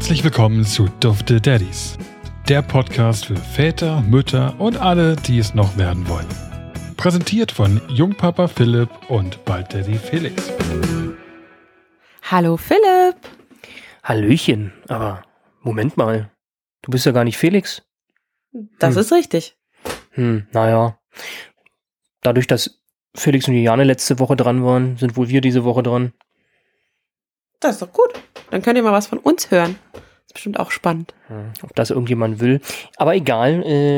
Herzlich willkommen zu Dufte Daddies, der Podcast für Väter, Mütter und alle, die es noch werden wollen. Präsentiert von Jungpapa Philipp und Bald Daddy Felix. Hallo Philipp. Hallöchen, aber Moment mal, du bist ja gar nicht Felix. Das ist richtig. Naja, dadurch, dass Felix und Juliane letzte Woche dran waren, sind wohl wir diese Woche dran. Das ist doch gut. Dann könnt ihr mal was von uns hören. Das ist bestimmt auch spannend. Ob das irgendjemand will. Aber egal,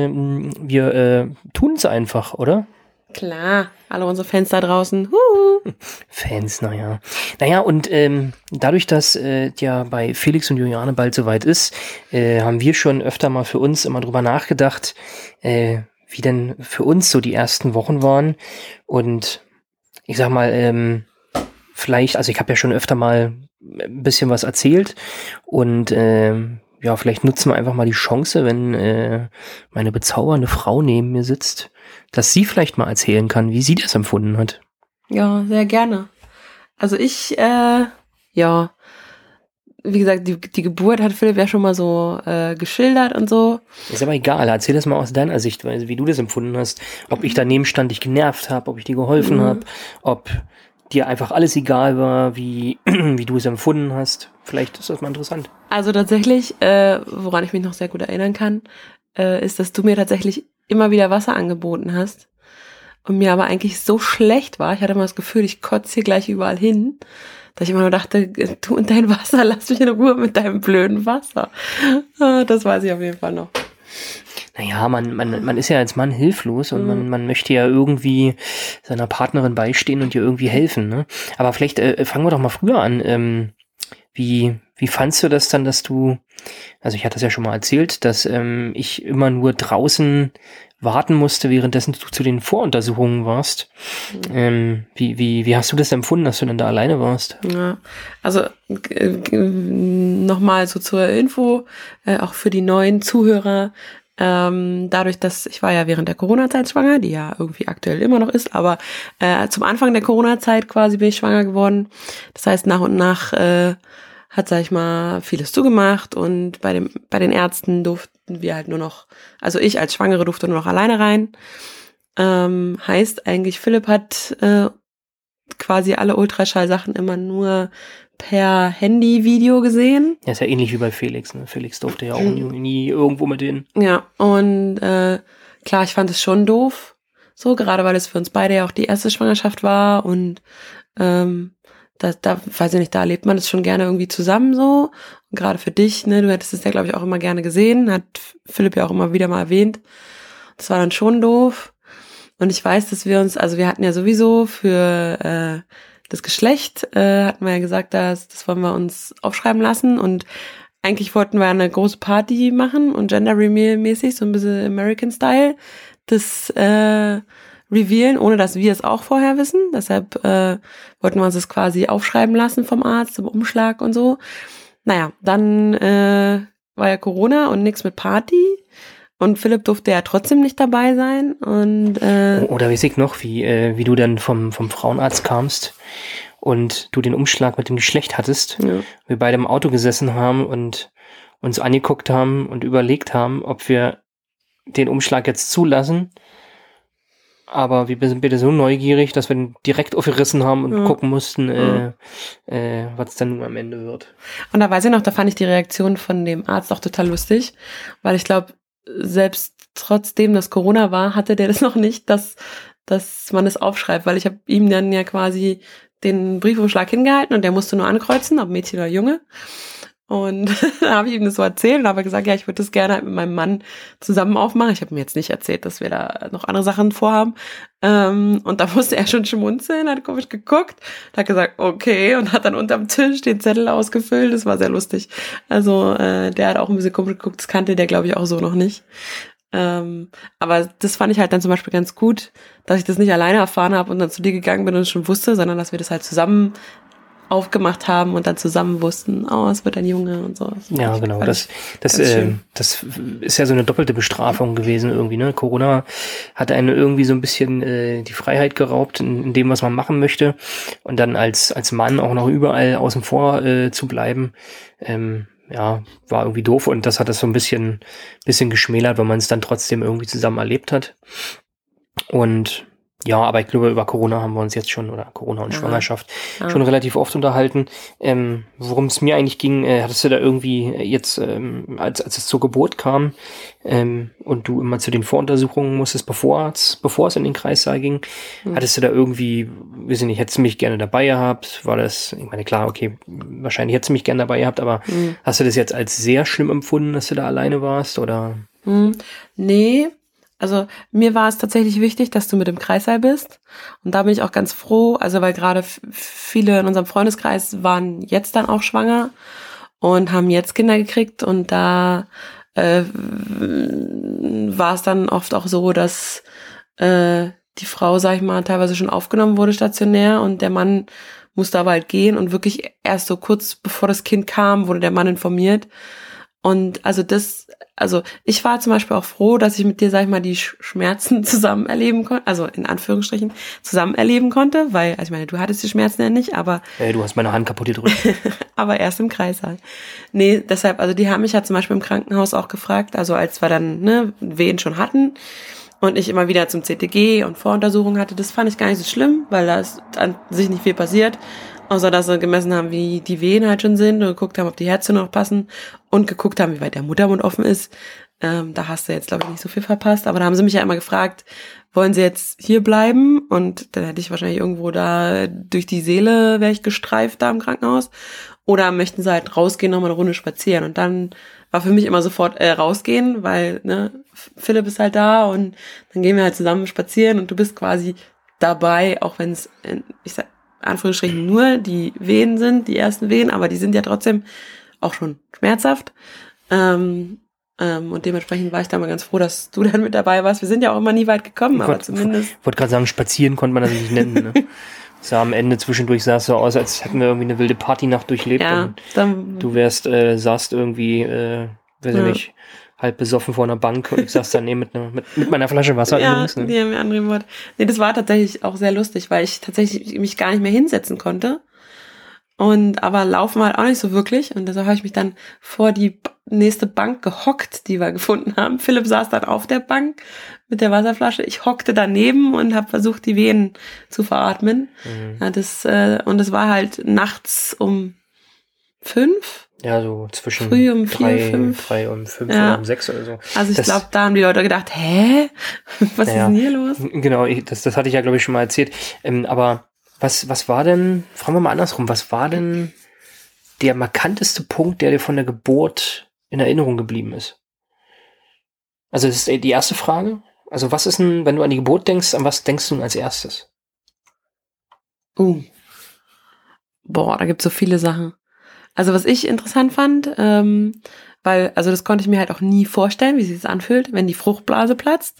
wir tun es einfach, oder? Klar, alle unsere Fans da draußen. Fans, naja. Naja, und dadurch, dass ja bei Felix und Juliane bald soweit ist, haben wir schon öfter mal für uns immer drüber nachgedacht, wie denn für uns so die ersten Wochen waren. Und ich sag mal, vielleicht, also ich habe ja schon öfter mal ein bisschen was erzählt und ja, vielleicht nutzen wir einfach mal die Chance, wenn meine bezaubernde Frau neben mir sitzt, dass sie vielleicht mal erzählen kann, wie sie das empfunden hat. Ja, sehr gerne. Also ich, ja, wie gesagt, die Geburt hat Philipp ja schon mal so geschildert und so. Ist aber egal, erzähl das mal aus deiner Sichtweise, wie du das empfunden hast. Ob ich daneben stand, dich genervt habe, ob ich dir geholfen habe, ob dir einfach alles egal war, wie du es empfunden hast. Vielleicht ist das mal interessant. Also tatsächlich, woran ich mich noch sehr gut erinnern kann, ist, dass du mir tatsächlich immer wieder Wasser angeboten hast und mir aber eigentlich so schlecht war. Ich hatte immer das Gefühl, ich kotze hier gleich überall hin, dass ich immer nur dachte, du und dein Wasser, lass mich in Ruhe mit deinem blöden Wasser. Das weiß ich auf jeden Fall noch. Naja, man ist ja als Mann hilflos und man möchte ja irgendwie seiner Partnerin beistehen und ihr irgendwie helfen, ne? Aber vielleicht fangen wir doch mal früher an. Wie fandst du das dann, dass du, also ich hatte das ja schon mal erzählt, dass ich immer nur draußen warten musste, währenddessen du zu den Voruntersuchungen warst. Wie hast du das empfunden, dass du denn da alleine warst? Ja, also nochmal so zur Info, auch für die neuen Zuhörer, dadurch, dass ich war ja während der Corona-Zeit schwanger, die ja irgendwie aktuell immer noch ist, aber zum Anfang der Corona-Zeit quasi bin ich schwanger geworden. Das heißt, nach und nach hat, sag ich mal, vieles zugemacht und bei den Ärzten durften wir halt nur noch, also ich als Schwangere durfte nur noch alleine rein. Heißt eigentlich, Philipp hat quasi alle Ultraschallsachen immer nur per Handy-Video gesehen. Ja, ist ja ähnlich wie bei Felix, ne? Felix durfte ja auch nie irgendwo mit denen. Ja, und klar, ich fand es schon doof, so, gerade weil es für uns beide ja auch die erste Schwangerschaft war und da weiß ich nicht, da erlebt man es schon gerne irgendwie zusammen so. Und gerade für dich, ne, du hättest es ja, glaube ich, auch immer gerne gesehen, hat Philipp ja auch immer wieder mal erwähnt. Das war dann schon doof. Und ich weiß, dass wir hatten ja sowieso für das Geschlecht, hatten wir ja gesagt, das wollen wir uns aufschreiben lassen. Und eigentlich wollten wir eine große Party machen und Gender Reveal mäßig, so ein bisschen American Style, das revealen, ohne dass wir es auch vorher wissen. Deshalb wollten wir uns das quasi aufschreiben lassen vom Arzt, im Umschlag und so. Naja, dann war ja Corona und nichts mit Party. Und Philipp durfte ja trotzdem nicht dabei sein. Und oder weiß ich noch, wie du dann vom Frauenarzt kamst und du den Umschlag mit dem Geschlecht hattest. Ja. Wir beide im Auto gesessen haben und uns angeguckt haben und überlegt haben, ob wir den Umschlag jetzt zulassen. Aber wir sind bitte so neugierig, dass wir ihn direkt aufgerissen haben und gucken mussten, was es dann am Ende wird. Und da weiß ich noch, da fand ich die Reaktion von dem Arzt auch total lustig, weil ich glaube, selbst trotzdem, dass Corona war, hatte der das noch nicht, dass man es aufschreibt, weil ich habe ihm dann ja quasi den Briefumschlag hingehalten und der musste nur ankreuzen, ob Mädchen oder Junge. Und da habe ich ihm das so erzählt und habe gesagt, ja, ich würde das gerne halt mit meinem Mann zusammen aufmachen. Ich habe ihm jetzt nicht erzählt, dass wir da noch andere Sachen vorhaben. Und da musste er schon schmunzeln, hat komisch geguckt, hat gesagt, okay, und hat dann unterm Tisch den Zettel ausgefüllt. Das war sehr lustig. Also der hat auch ein bisschen komisch geguckt, das kannte der, glaube ich, auch so noch nicht. Aber das fand ich halt dann zum Beispiel ganz gut, dass ich das nicht alleine erfahren habe und dann zu dir gegangen bin und es schon wusste, sondern dass wir das halt zusammen aufgemacht haben und dann zusammen wussten, oh, es wird ein Junge und so. Ja, genau. Das ist ja so eine doppelte Bestrafung gewesen irgendwie, ne? Corona hat einen irgendwie so ein bisschen die Freiheit geraubt in dem, was man machen möchte. Und dann als Mann auch noch überall außen vor zu bleiben, war irgendwie doof und das hat das so ein bisschen geschmälert, wenn man es dann trotzdem irgendwie zusammen erlebt hat. Und ja, aber ich glaube, über Corona haben wir uns jetzt schon, oder Corona und Schwangerschaft, schon relativ oft unterhalten. Worum es mir eigentlich ging, hattest du da irgendwie jetzt, als es zur Geburt kam und du immer zu den Voruntersuchungen musstest, bevor es in den Kreissaal ging, hattest du da irgendwie, weiß ich nicht, hättest du mich gerne dabei gehabt? War das, ich meine, klar, okay, wahrscheinlich hättest du mich gerne dabei gehabt, aber hast du das jetzt als sehr schlimm empfunden, dass du da alleine warst, oder? Nee. Also mir war es tatsächlich wichtig, dass du mit im Kreissaal bist. Und da bin ich auch ganz froh, also weil gerade viele in unserem Freundeskreis waren jetzt dann auch schwanger und haben jetzt Kinder gekriegt. Und da war es dann oft auch so, dass die Frau, sag ich mal, teilweise schon aufgenommen wurde stationär und der Mann musste aber halt gehen. Und wirklich erst so kurz bevor das Kind kam, wurde der Mann informiert. Und also ich war zum Beispiel auch froh, dass ich mit dir, sag ich mal, die Schmerzen zusammen erleben konnte, also in Anführungsstrichen zusammen erleben konnte, weil, also ich meine, du hattest die Schmerzen ja nicht, aber... Du hast meine Hand kaputt gedrückt. Aber erst im Kreissaal. Nee, deshalb, also die haben mich ja zum Beispiel im Krankenhaus auch gefragt, also als wir dann Wehen schon hatten und ich immer wieder zum CTG und Voruntersuchungen hatte, das fand ich gar nicht so schlimm, weil da ist an sich nicht viel passiert. Außer, dass sie gemessen haben, wie die Wehen halt schon sind und geguckt haben, ob die Herzen noch passen und geguckt haben, wie weit der Muttermund offen ist. Da hast du jetzt, glaube ich, nicht so viel verpasst. Aber da haben sie mich ja immer gefragt, wollen sie jetzt hier bleiben? Und dann hätte ich wahrscheinlich irgendwo da durch die Seele, wäre ich gestreift da im Krankenhaus. Oder möchten sie halt rausgehen, nochmal eine Runde spazieren. Und dann war für mich immer sofort rausgehen, weil Philipp ist halt da und dann gehen wir halt zusammen spazieren und du bist quasi dabei, auch wenn es, ich sag, Anführungsstrichen nur die Wehen sind, die ersten Wehen, aber die sind ja trotzdem auch schon schmerzhaft. Und dementsprechend war ich da mal ganz froh, dass du dann mit dabei warst. Wir sind ja auch immer nie weit gekommen, aber zumindest... Ich wollte gerade sagen, spazieren konnte man das nicht nennen. Ne? Sah am Ende zwischendurch sah es so aus, als hätten wir irgendwie eine wilde Partynacht durchlebt. Ja, und du saßt irgendwie, weiß ich nicht, halb besoffen vor einer Bank und ich saß daneben mit meiner Flasche Wasser. Ja, übrigens, ne? Die haben mir andere Worte. Nee, das war tatsächlich auch sehr lustig, weil ich tatsächlich mich gar nicht mehr hinsetzen konnte. Aber laufen halt auch nicht so wirklich. Und deshalb habe ich mich dann vor die nächste Bank gehockt, die wir gefunden haben. Philipp saß dann auf der Bank mit der Wasserflasche. Ich hockte daneben und habe versucht, die Venen zu veratmen. Ja, und es war halt nachts um 5. Ja, so zwischen früh um 4, 5. Frei um 5 oder um 6 oder so. Also ich glaube, da haben die Leute gedacht, hä? Was ist denn hier los? Genau, das hatte ich ja, glaube ich, schon mal erzählt. Aber was war denn, fragen wir mal andersrum, was war denn der markanteste Punkt, der dir von der Geburt in Erinnerung geblieben ist? Also das ist die erste Frage. Also was ist denn, wenn du an die Geburt denkst, an was denkst du als erstes? Da gibt's so viele Sachen. Also was ich interessant fand, weil, also das konnte ich mir halt auch nie vorstellen, wie sich das anfühlt, wenn die Fruchtblase platzt.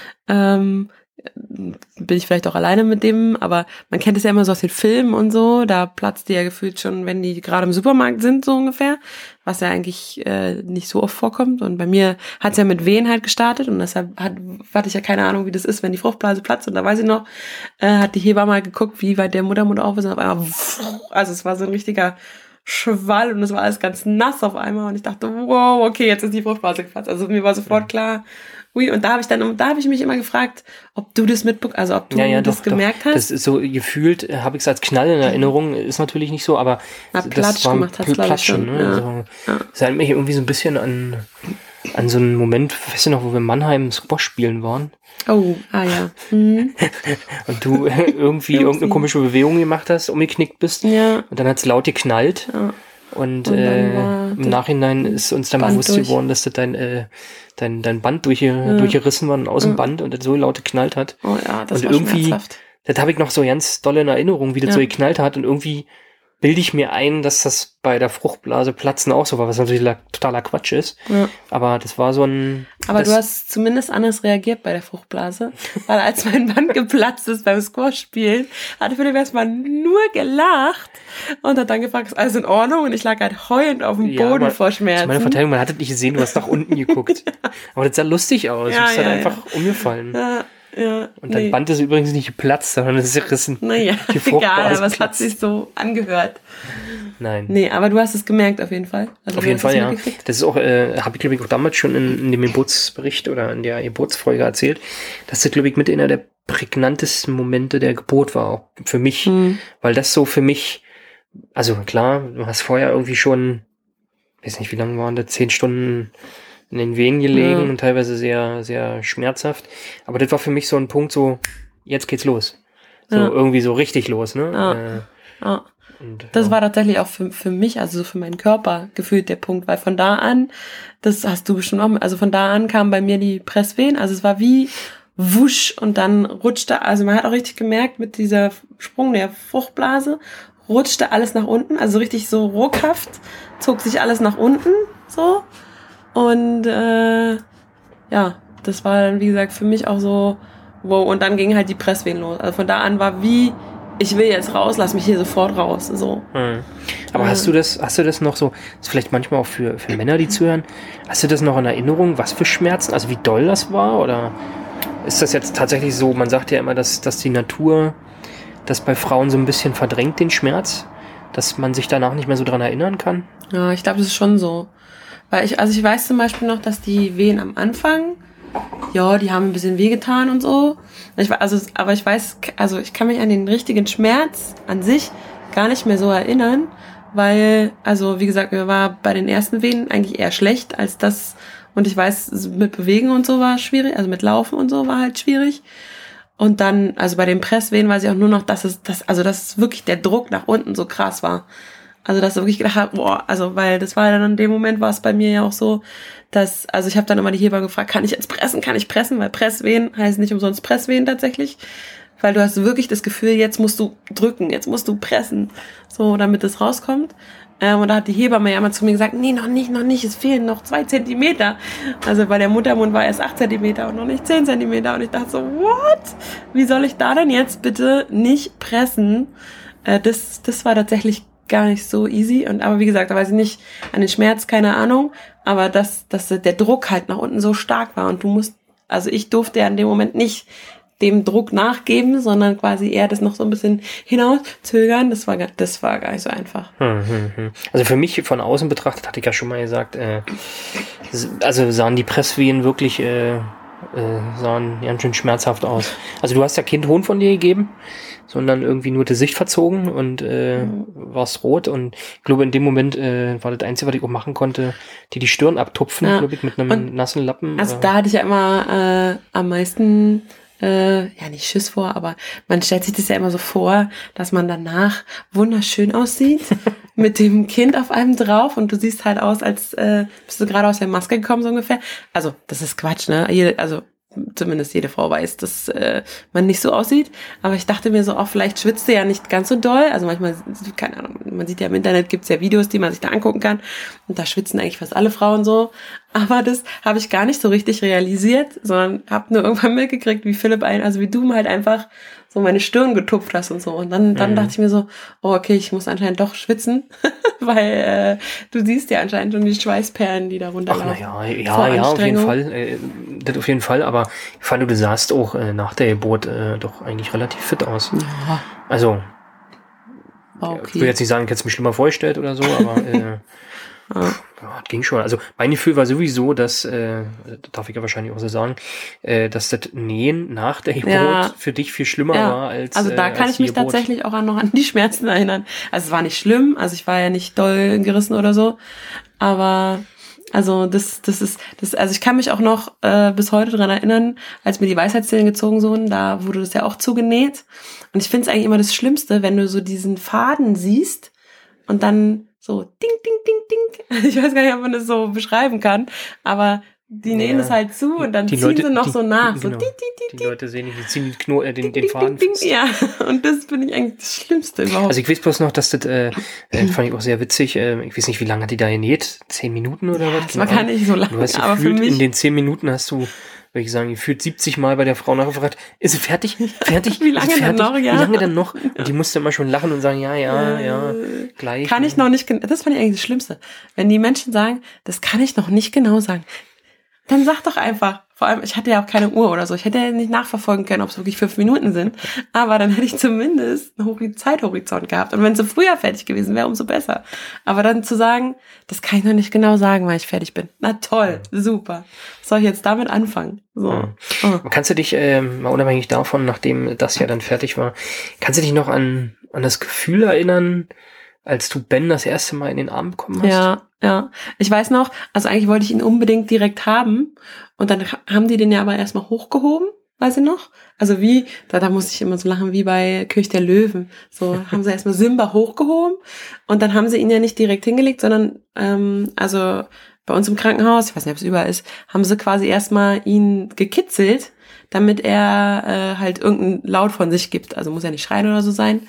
Bin ich vielleicht auch alleine mit dem, aber man kennt es ja immer so aus den Filmen und so, da platzt die ja gefühlt schon, wenn die gerade im Supermarkt sind, so ungefähr, was ja eigentlich nicht so oft vorkommt. Und bei mir hat es ja mit Wehen halt gestartet und deshalb hatte ich ja keine Ahnung, wie das ist, wenn die Fruchtblase platzt. Und da weiß ich noch, hat die Hebamme mal geguckt, wie weit der Muttermund auf ist und auf einmal, also es war so ein richtiger Schwall und es war alles ganz nass auf einmal und ich dachte, wow, okay, jetzt ist die Fruchtblase geplatzt. Also mir war sofort klar, und da habe ich mich immer gefragt, ob du das mitbekommst, also ob du das gemerkt hast. Das ist so gefühlt, habe ich es als Knall in Erinnerung, ist natürlich nicht so, aber das war gemacht hast, Platschen, ne? Ja. Also, das erinnert mich irgendwie so ein bisschen an so einen Moment, weißt du noch, wo wir in Mannheim Squash spielen waren. Oh, ja. Mhm. Und du irgendwie irgendeine komische Bewegung gemacht hast, umgeknickt bist. Ja. Und dann hat es laut geknallt. Ja. Und im Nachhinein ist uns dann bewusst geworden, dass das dein Band durchgerissen war und aus dem Band und das so laut geknallt hat. Oh ja, das und war irgendwie, schmerzhaft. Das habe ich noch so ganz doll in Erinnerung, wie das so geknallt hat und irgendwie bilde ich mir ein, dass das bei der Fruchtblase platzen auch so war, was natürlich totaler Quatsch ist. Ja. Aber das war so ein... Aber du hast zumindest anders reagiert bei der Fruchtblase, weil als mein Band geplatzt ist beim Squash-Spielen, hatte Philipp erstmal nur gelacht und hat dann gefragt, ist alles in Ordnung? Und ich lag halt heulend auf dem Boden vor Schmerzen. Meine Verteidigung, man hat das nicht gesehen, du hast nach unten geguckt. Aber das sah lustig aus, du bist halt einfach umgefallen. Ja. Ja, Und dein Band ist übrigens nicht geplatzt, sondern es ist gerissen. Naja, egal, aber es hat sich so angehört. Nein. Nee, aber du hast es gemerkt auf jeden Fall. Also auf jeden Fall, ja. Das ist auch, habe ich glaube ich auch damals schon in dem Geburtsbericht oder in der Geburtsfolge erzählt, dass das glaube ich mit einer der prägnantesten Momente der Geburt war, auch für mich. Weil das so für mich, also klar, du hast vorher irgendwie schon, weiß nicht, wie lange waren das, 10 Stunden in den Wehen gelegen und teilweise sehr, sehr schmerzhaft. Aber das war für mich so ein Punkt, so, jetzt geht's los. So irgendwie so richtig los, ne? Und, das war tatsächlich auch für mich, also für meinen Körper gefühlt der Punkt, weil von da an, das hast du bestimmt auch, also von da an kamen bei mir die Presswehen, also es war wie wusch und dann rutschte, also man hat auch richtig gemerkt, mit dieser Sprung der Fruchtblase rutschte alles nach unten, also richtig so ruckhaft, zog sich alles nach unten, so. Und das war dann, wie gesagt, für mich auch so, wow, und dann ging halt die Presswehen los. Also von da an war wie, ich will jetzt raus, lass mich hier sofort raus. So. Aber hast du das noch so, das ist vielleicht manchmal auch für Männer, die zuhören, hast du das noch in Erinnerung, was für Schmerzen, also wie doll das war? Oder ist das jetzt tatsächlich so, man sagt ja immer, dass die Natur das bei Frauen so ein bisschen verdrängt, den Schmerz, dass man sich danach nicht mehr so dran erinnern kann? Ja, ich glaube, das ist schon so. Weil ich weiß zum Beispiel noch, dass die Wehen am Anfang, ja, die haben ein bisschen wehgetan und so. Aber ich weiß, also ich kann mich an den richtigen Schmerz an sich gar nicht mehr so erinnern, weil, also wie gesagt, mir war bei den ersten Wehen eigentlich eher schlecht als das. Und ich weiß, mit Bewegen und so war schwierig, also mit Laufen und so war halt schwierig. Und dann, also bei den Presswehen weiß ich auch nur noch, dass wirklich der Druck nach unten so krass war. Also, dass ich wirklich gedacht habe, boah, also, weil das war dann in dem Moment, war es bei mir ja auch so, dass, also ich habe dann immer die Hebamme gefragt, kann ich pressen, weil Presswehen heißt nicht umsonst Presswehen tatsächlich, weil du hast wirklich das Gefühl, jetzt musst du drücken, jetzt musst du pressen, so, damit es rauskommt. Und da hat die Hebamme ja immer zu mir gesagt, nee, noch nicht, es fehlen noch 2 Zentimeter. Also bei der Muttermund war erst 8 Zentimeter und noch nicht 10 Zentimeter. Und ich dachte so, what? Wie soll ich da denn jetzt bitte nicht pressen? Das war tatsächlich gar nicht so easy. Aber wie gesagt, da weiß ich nicht, an den Schmerz, keine Ahnung. Aber dass der Druck halt nach unten so stark war und ich durfte ja in dem Moment nicht dem Druck nachgeben, sondern quasi eher das noch so ein bisschen hinauszögern. Das war gar nicht so einfach. Also für mich von außen betrachtet, hatte ich ja schon mal gesagt, also sahen die Presswehen wirklich sahen ganz schön schmerzhaft aus. Also du hast ja keinen Ton von dir gegeben, sondern irgendwie nur die Sicht verzogen und warst rot und ich glaube in dem Moment war das Einzige, was ich auch machen konnte, die Stirn abtupfen, glaube ich, mit einem nassen Lappen. Also da hatte ich ja immer am meisten nicht Schiss vor, aber man stellt sich das ja immer so vor, dass man danach wunderschön aussieht, mit dem Kind auf einem drauf und du siehst halt aus, als bist du gerade aus der Maske gekommen, so ungefähr. Also, das ist Quatsch, ne? Zumindest jede Frau weiß, dass man nicht so aussieht. Aber ich dachte mir so, auch vielleicht schwitzt du ja nicht ganz so doll. Also manchmal, keine Ahnung, man sieht ja im Internet, gibt's ja Videos, die man sich da angucken kann. Und da schwitzen eigentlich fast alle Frauen so. Aber das habe ich gar nicht so richtig realisiert, sondern habe nur irgendwann mitgekriegt, wie wie du halt einfach so meine Stirn getupft hast und so. Und dann dachte ich mir so, oh, okay, ich muss anscheinend doch schwitzen, weil du siehst ja anscheinend schon die Schweißperlen, die da runterlaufen. Ach, ja, auf jeden Fall. Das auf jeden Fall, aber ich fand, du sahst auch nach der Geburt doch eigentlich relativ fit aus. Ja. Also, Okay. Ich will jetzt nicht sagen, ich hätte es mir schlimmer vorgestellt oder so, aber ging schon. Also mein Gefühl war sowieso, dass, darf ich ja wahrscheinlich auch so sagen, dass das Nähen nach der Geburt für dich viel schlimmer war als also da kann ich mich Geburt. tatsächlich auch noch an die Schmerzen erinnern. Also es war nicht schlimm, also ich war ja nicht doll gerissen oder so, aber also also ich kann mich auch noch bis heute dran erinnern, als mir die Weisheitszähne gezogen wurden, da wurde das ja auch zugenäht. Und ich finde es eigentlich immer das Schlimmste, wenn du so diesen Faden siehst und dann so ding, ding, ding, ding. Ich weiß gar nicht, ob man das so beschreiben kann, aber die nähen es halt zu und dann ziehen sie noch so nach. Genau. So, die Leute sehen nicht, die ziehen den Faden ding, ding. Ja, und das finde ich eigentlich das Schlimmste überhaupt. Also ich weiß bloß noch, dass das, fand ich auch sehr witzig, ich weiß nicht, wie lange hat die da genäht? 10 Minuten oder was? Das war gar nicht so lange, du hast aber gefühlt, für mich... in den 10 Minuten hast du, würde ich sagen, gefühlt 70 Mal bei der Frau nachgefragt, ist sie fertig? Fertig? Wie lange denn noch? Ja. Wie lange denn noch? Und die musste immer schon lachen und sagen, ja, gleich. Kann ich noch nicht, das fand ich eigentlich das Schlimmste. Wenn die Menschen sagen, das kann ich noch nicht genau sagen, dann sag doch einfach, Vor allem, ich hatte ja auch keine Uhr oder so. Ich hätte ja nicht nachverfolgen können, ob es wirklich 5 Minuten sind. Aber dann hätte ich zumindest einen Zeithorizont gehabt. Und wenn sie früher fertig gewesen wäre, umso besser. Aber dann zu sagen, das kann ich noch nicht genau sagen, weil ich fertig bin. Na toll, super. Soll ich jetzt damit anfangen? So. Kannst du dich, mal unabhängig davon, nachdem das ja dann fertig war, kannst du dich noch an das Gefühl erinnern, als du Ben das erste Mal in den Arm bekommen hast? Ja. Ich weiß noch, also eigentlich wollte ich ihn unbedingt direkt haben. Und dann haben die den ja aber erstmal hochgehoben, weiß ich noch. Also wie, da musste ich immer so lachen, wie bei König der Löwen. So haben sie erstmal Simba hochgehoben und dann haben sie ihn ja nicht direkt hingelegt, sondern also bei uns im Krankenhaus, ich weiß nicht, ob es überall ist, haben sie quasi erstmal ihn gekitzelt, damit er halt irgendeinen Laut von sich gibt. Also muss ja nicht schreien oder so sein.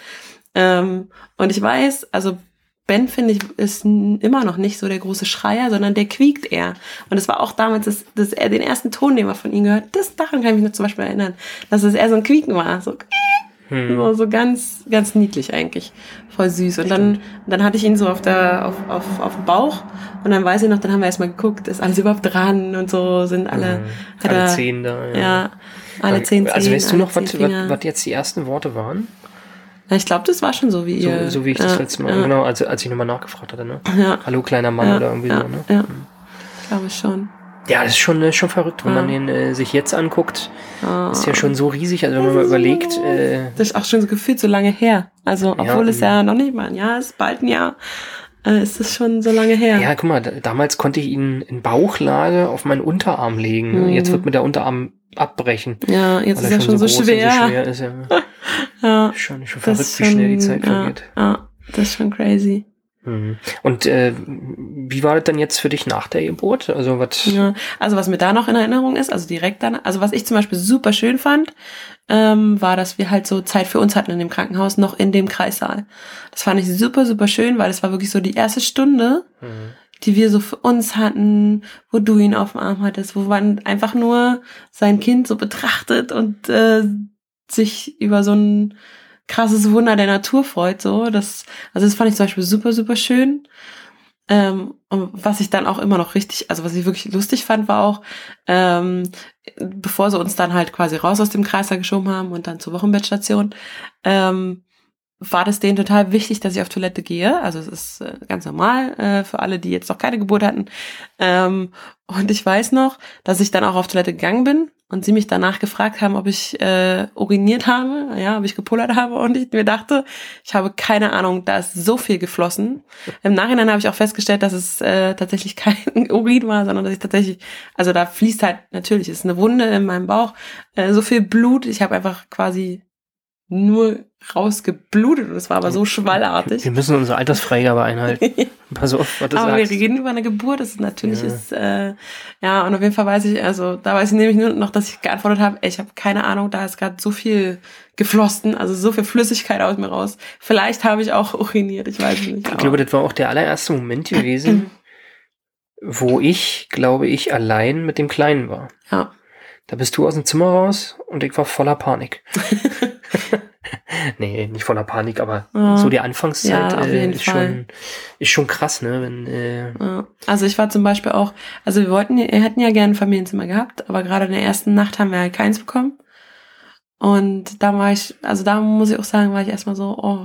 Und ich weiß, also Ben, finde ich, ist immer noch nicht so der große Schreier, sondern der quiekt eher. Und es war auch damals, dass er den ersten Ton, den wir von ihm gehört, daran kann ich mich noch zum Beispiel erinnern, dass es eher so ein Quieken war. So ganz, ganz niedlich eigentlich. Voll süß. Und dann hatte ich ihn so auf dem Bauch. Und dann weiß ich noch, dann haben wir erstmal geguckt, ist alles überhaupt dran und so sind alle. Alle 10 da. Ja, alle 10 Zehen. Also weißt du noch, was jetzt die ersten Worte waren? Ja, ich glaube, das war schon so wie ihr. So wie ich das letzte Mal, genau, als ich nochmal nachgefragt hatte, ne? Ja. Hallo, kleiner Mann oder irgendwie so, ne? Ja, ich glaube schon. Ja, das ist schon verrückt, wenn man den sich jetzt anguckt. Ist ja schon so riesig, also wenn man mal überlegt. Das ist auch schon so gefühlt so lange her. Also, obwohl es ja noch nicht mal ein Jahr ist, bald ein Jahr, ist es schon so lange her. Ja, guck mal, damals konnte ich ihn in Bauchlage auf meinen Unterarm legen. Jetzt wird mir der Unterarm abbrechen. Ja, jetzt ist er schon so schwer. Ist, ja. Ja, schon verrückt, wie schnell die Zeit vergeht. Ja, das ist schon crazy. Und wie war das dann jetzt für dich nach der Geburt? Also was mir da noch in Erinnerung ist, also direkt dann, also was ich zum Beispiel super schön fand, war, dass wir halt so Zeit für uns hatten in dem Krankenhaus, noch in dem Kreissaal. Das fand ich super, super schön, weil das war wirklich so die erste Stunde, die wir so für uns hatten, wo du ihn auf dem Arm hattest, wo man einfach nur sein Kind so betrachtet und sich über so ein krasses Wunder der Natur freut, so. Das fand ich zum Beispiel super, super schön. Und was ich dann auch immer noch was ich wirklich lustig fand, war auch, bevor sie uns dann halt quasi raus aus dem Kreißsaal geschoben haben und dann zur Wochenbettstation, war das denen total wichtig, dass ich auf Toilette gehe. Also es ist ganz normal für alle, die jetzt noch keine Geburt hatten. Und ich weiß noch, dass ich dann auch auf Toilette gegangen bin und sie mich danach gefragt haben, ob ich uriniert habe, ob ich gepullert habe. Und ich mir dachte, ich habe keine Ahnung, da ist so viel geflossen. Im Nachhinein habe ich auch festgestellt, dass es tatsächlich kein Urin war, sondern dass ich tatsächlich, also da fließt halt, natürlich, es ist eine Wunde in meinem Bauch, so viel Blut. Ich habe einfach quasi nur rausgeblutet und es war aber so schwallartig. Wir müssen unsere Altersfreigabe einhalten. Pass auf, was du aber sagst. wir reden über eine Geburt, das ist natürlich und auf jeden Fall weiß ich, da weiß ich nämlich nur noch, dass ich geantwortet habe, ich habe keine Ahnung, da ist gerade so viel geflossen, also so viel Flüssigkeit aus mir raus. Vielleicht habe ich auch uriniert, ich weiß es nicht. Ich glaube, das war auch der allererste Moment gewesen, wo ich, glaube ich, allein mit dem Kleinen war. Ja. Da bist du aus dem Zimmer raus und ich war voller Panik. Nee, nicht voller Panik, aber so die Anfangszeit ist schon krass, ne? Wenn, Also ich war zum Beispiel auch, also wir hätten ja gerne ein Familienzimmer gehabt, aber gerade in der ersten Nacht haben wir halt keins bekommen. Und da muss ich auch sagen, war ich erstmal so,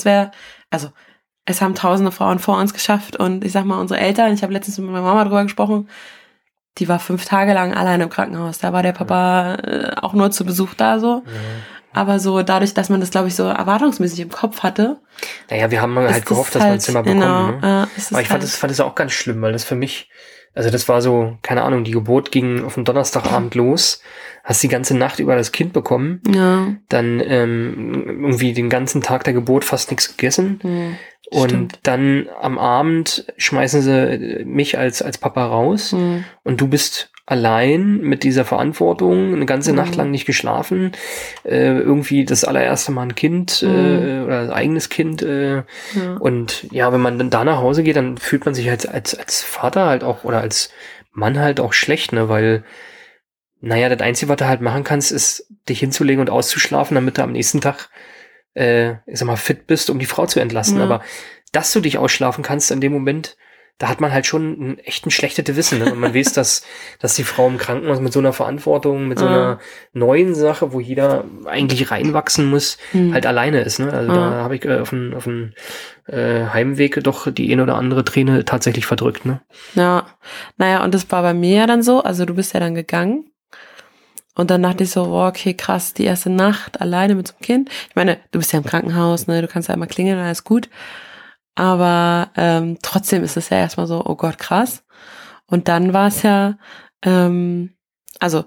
es haben tausende Frauen vor uns geschafft und ich sag mal, unsere Eltern, ich habe letztens mit meiner Mama drüber gesprochen, die war 5 Tage lang alleine im Krankenhaus. Da war der Papa auch nur zu Besuch da so. Ja. Aber so dadurch, dass man das, glaube ich, so erwartungsmäßig im Kopf hatte. Naja, wir haben halt gehofft, dass wir ein Zimmer bekommen. Ne? Aber ich fand das auch ganz schlimm, weil das für mich, also das war so, keine Ahnung, die Geburt ging auf dem Donnerstagabend los, hast die ganze Nacht über das Kind bekommen, dann irgendwie den ganzen Tag der Geburt fast nichts gegessen. Und dann am Abend schmeißen sie mich als Papa raus und du bist allein mit dieser Verantwortung, eine ganze Nacht lang nicht geschlafen, irgendwie das allererste Mal ein Kind oder ein eigenes Kind und ja, wenn man dann da nach Hause geht, dann fühlt man sich halt als Vater halt auch oder als Mann halt auch schlecht, ne, weil naja, das Einzige, was du halt machen kannst, ist dich hinzulegen und auszuschlafen, damit du am nächsten Tag ich sag mal, fit bist, um die Frau zu entlasten. Aber dass du dich ausschlafen kannst in dem Moment, da hat man halt schon echt ein schlechtes Gewissen. Ne? Und man weiß, dass die Frau im Krankenhaus mit so einer Verantwortung, mit so einer neuen Sache, wo jeder eigentlich reinwachsen muss, halt alleine ist. Ne? Also da habe ich auf dem Heimweg doch die eine oder andere Träne tatsächlich verdrückt. Ne? Ja, naja, und das war bei mir ja dann so, also du bist ja dann gegangen. Und dann dachte ich so, oh, okay, krass, die erste Nacht alleine mit so einem Kind. Ich meine, du bist ja im Krankenhaus, ne, du kannst ja einmal klingeln, alles gut. Aber trotzdem ist es ja erstmal so, oh Gott, krass. Und dann war es ja, also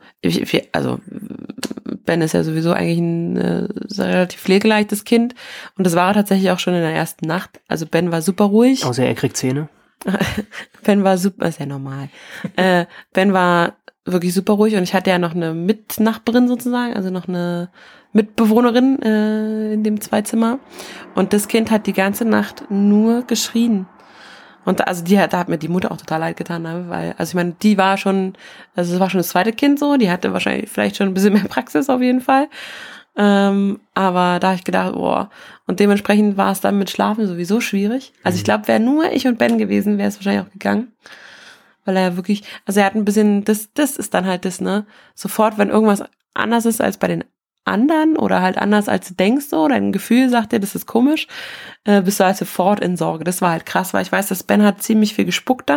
Ben ist ja sowieso eigentlich ein relativ pflegeleichtes Kind. Und das war er tatsächlich auch schon in der ersten Nacht. Also Ben war super ruhig. Außer er kriegt Zähne. Ben war super, ist ja normal. Ben war wirklich super ruhig und ich hatte ja noch eine Mitnachbarin sozusagen, also noch eine Mitbewohnerin in dem Zweizimmer und das Kind hat die ganze Nacht nur geschrien und also da hat mir die Mutter auch total leid getan, ne? Weil, also ich meine, die war schon, also es war schon das zweite Kind so, die hatte wahrscheinlich vielleicht schon ein bisschen mehr Praxis auf jeden Fall, aber da habe ich gedacht, boah, und dementsprechend war es dann mit Schlafen sowieso schwierig, also ich glaube, wäre nur ich und Ben gewesen, wäre es wahrscheinlich auch gegangen. Weil er wirklich, also er hat ein bisschen, das ist dann halt das, ne, sofort, wenn irgendwas anders ist als bei den anderen oder halt anders als du denkst so, dein Gefühl sagt dir, das ist komisch, bist du halt sofort in Sorge. Das war halt krass, weil ich weiß, dass Ben hat ziemlich viel gespuckt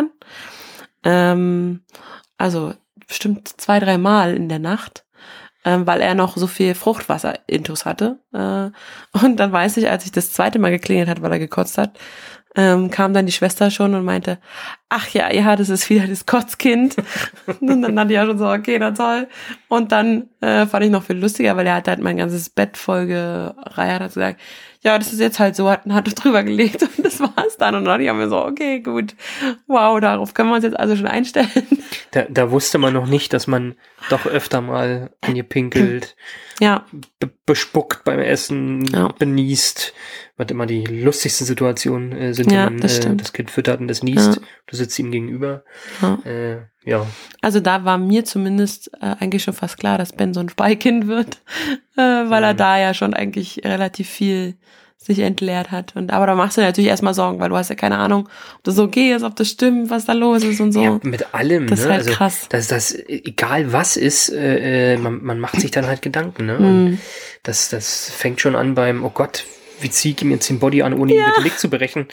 dann, also bestimmt 2-3 Mal in der Nacht, weil er noch so viel Fruchtwasser-Intus hatte und dann weiß ich, als ich das zweite Mal geklingelt hat, weil er gekotzt hat, kam dann die Schwester schon und meinte, ach ja, das ist wieder das Kotzkind. Und dann dachte ich ja schon so, okay, na toll. Und dann fand ich noch viel lustiger, weil er hat halt mein ganzes Bett voll gereiert, hat gesagt, ja, das ist jetzt halt so, hat drüber gelegt und das war's dann. Und dann dachte ich mir so, okay, gut, wow, darauf können wir uns jetzt also schon einstellen. Da wusste man noch nicht, dass man doch öfter mal angepinkelt, ja. Bespuckt beim Essen, benießt, was immer die lustigsten Situationen sind, wenn man das Kind füttert und das niest. Du sitzt ihm gegenüber. Ja. Also da war mir zumindest eigentlich schon fast klar, dass Ben so ein Speikind wird, weil er da ja schon eigentlich relativ viel sich entleert hat. Aber da machst du dir natürlich erstmal Sorgen, weil du hast ja keine Ahnung, ob das okay ist, ob das stimmt, was da los ist und so. Ja, mit allem. Das ist halt also, krass. Das, egal was ist, man macht sich dann halt Gedanken. Ne? Und das fängt schon an beim, oh Gott, wie ziehe ich ihm jetzt den Body an, ohne ihn mit dem Weg zu brechen?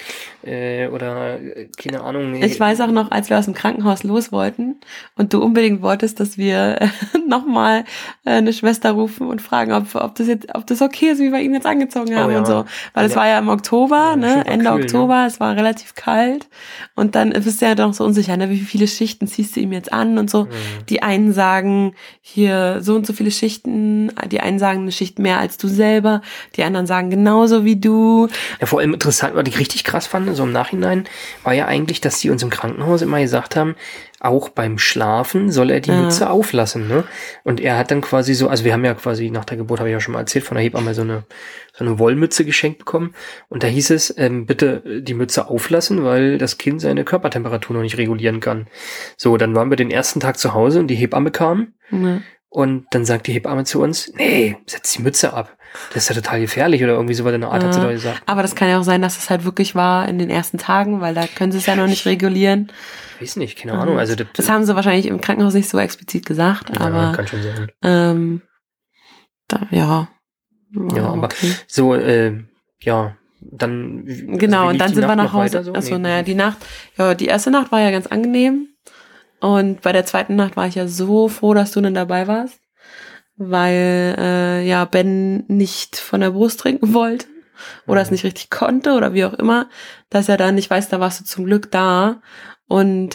Oder keine Ahnung. Ich weiß auch noch, als wir aus dem Krankenhaus los wollten und du unbedingt wolltest, dass wir nochmal eine Schwester rufen und fragen, ob das okay ist, wie wir ihn jetzt angezogen haben und so. Weil es war ja im Oktober, ne? Ende kühl, Oktober, es war relativ kalt und dann bist du ja doch so unsicher, ne? Wie viele Schichten ziehst du ihm jetzt an und so. Die einen sagen, hier so und so viele Schichten, die einen sagen eine Schicht mehr als du selber, die anderen sagen genauso wie du. Ja, vor allem interessant, was ich richtig krass fand, so im Nachhinein, war ja eigentlich, dass die uns im Krankenhaus immer gesagt haben, auch beim Schlafen soll er die Mütze auflassen, ne? Und er hat dann quasi so, also wir haben ja quasi nach der Geburt, habe ich ja schon mal erzählt, von der Hebamme so eine Wollmütze geschenkt bekommen. Und da hieß es, bitte die Mütze auflassen, weil das Kind seine Körpertemperatur noch nicht regulieren kann. So, dann waren wir den ersten Tag zu Hause und die Hebamme kam. Und dann sagt die Hebamme zu uns, nee, setz die Mütze ab. Das ist ja total gefährlich oder irgendwie sowas in der Art, hat sie doch gesagt. Aber das kann ja auch sein, dass es halt wirklich war in den ersten Tagen, weil da können sie es ja noch nicht regulieren. Ich weiß nicht, keine Ahnung. Also das haben sie wahrscheinlich im Krankenhaus nicht so explizit gesagt, aber kann schon sein. Aber okay. So, dann genau, und dann sind wir nach Hause. So? Achso, die erste Nacht war ja ganz angenehm. Und bei der zweiten Nacht war ich ja so froh, dass du dann dabei warst. Weil Ben nicht von der Brust trinken wollte oder es nicht richtig konnte oder wie auch immer, dass er dann, ich weiß, da warst du zum Glück da und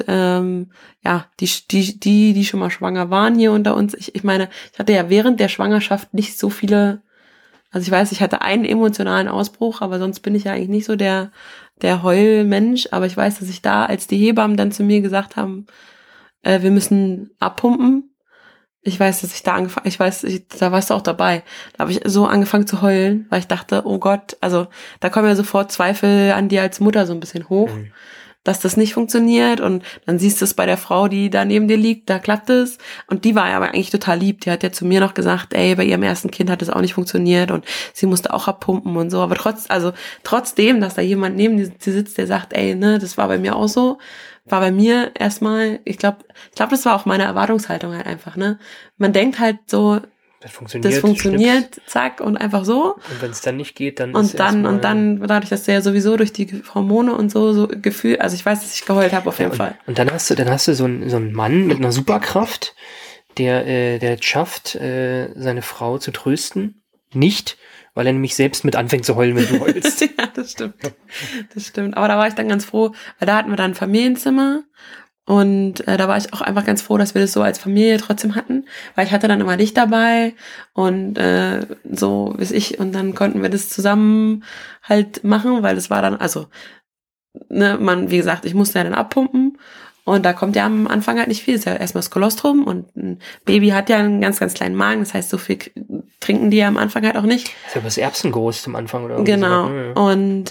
die schon mal schwanger waren hier unter uns, ich meine, ich hatte ja während der Schwangerschaft nicht so viele, also ich weiß, ich hatte einen emotionalen Ausbruch, aber sonst bin ich ja eigentlich nicht so der Heulmensch, aber ich weiß, dass ich da, als die Hebammen dann zu mir gesagt haben, wir müssen abpumpen, ich weiß, dass ich da da warst du auch dabei. Da habe ich so angefangen zu heulen, weil ich dachte, oh Gott, also da kommen ja sofort Zweifel an dir als Mutter so ein bisschen hoch. dass das nicht funktioniert und dann siehst du es bei der Frau, die da neben dir liegt, da klappt es und die war ja aber eigentlich total lieb, die hat ja zu mir noch gesagt, ey, bei ihrem ersten Kind hat es auch nicht funktioniert und sie musste auch abpumpen und so, aber trotzdem, dass da jemand neben dir sitzt, der sagt, ey, ne, das war bei mir auch so, war bei mir erstmal, ich glaube, das war auch meine Erwartungshaltung halt einfach, ne, man denkt halt so, das funktioniert, zack, und einfach so. Und wenn es dann nicht geht, dann und dann, dadurch, dass du ja sowieso durch die Hormone und so Gefühl, also ich weiß, dass ich geheult habe auf jeden Fall. Und dann hast du so einen Mann mit einer Superkraft, der es schafft, seine Frau zu trösten. Nicht, weil er nämlich selbst mit anfängt zu heulen, wenn du heulst. Ja, das stimmt. Das stimmt. Aber da war ich dann ganz froh, weil da hatten wir dann ein Familienzimmer. Und da war ich auch einfach ganz froh, dass wir das so als Familie trotzdem hatten, weil ich hatte dann immer dich dabei und so wie ich und dann konnten wir das zusammen halt machen, weil es war dann, also ne, wie gesagt, ich musste ja dann abpumpen und da kommt ja am Anfang halt nicht viel, es ist ja erstmal das Kolostrum und ein Baby hat ja einen ganz, ganz kleinen Magen, das heißt, so viel trinken die ja am Anfang halt auch nicht. Das ist ja was Erbsengroß zum Anfang oder genau. So. Ja. Und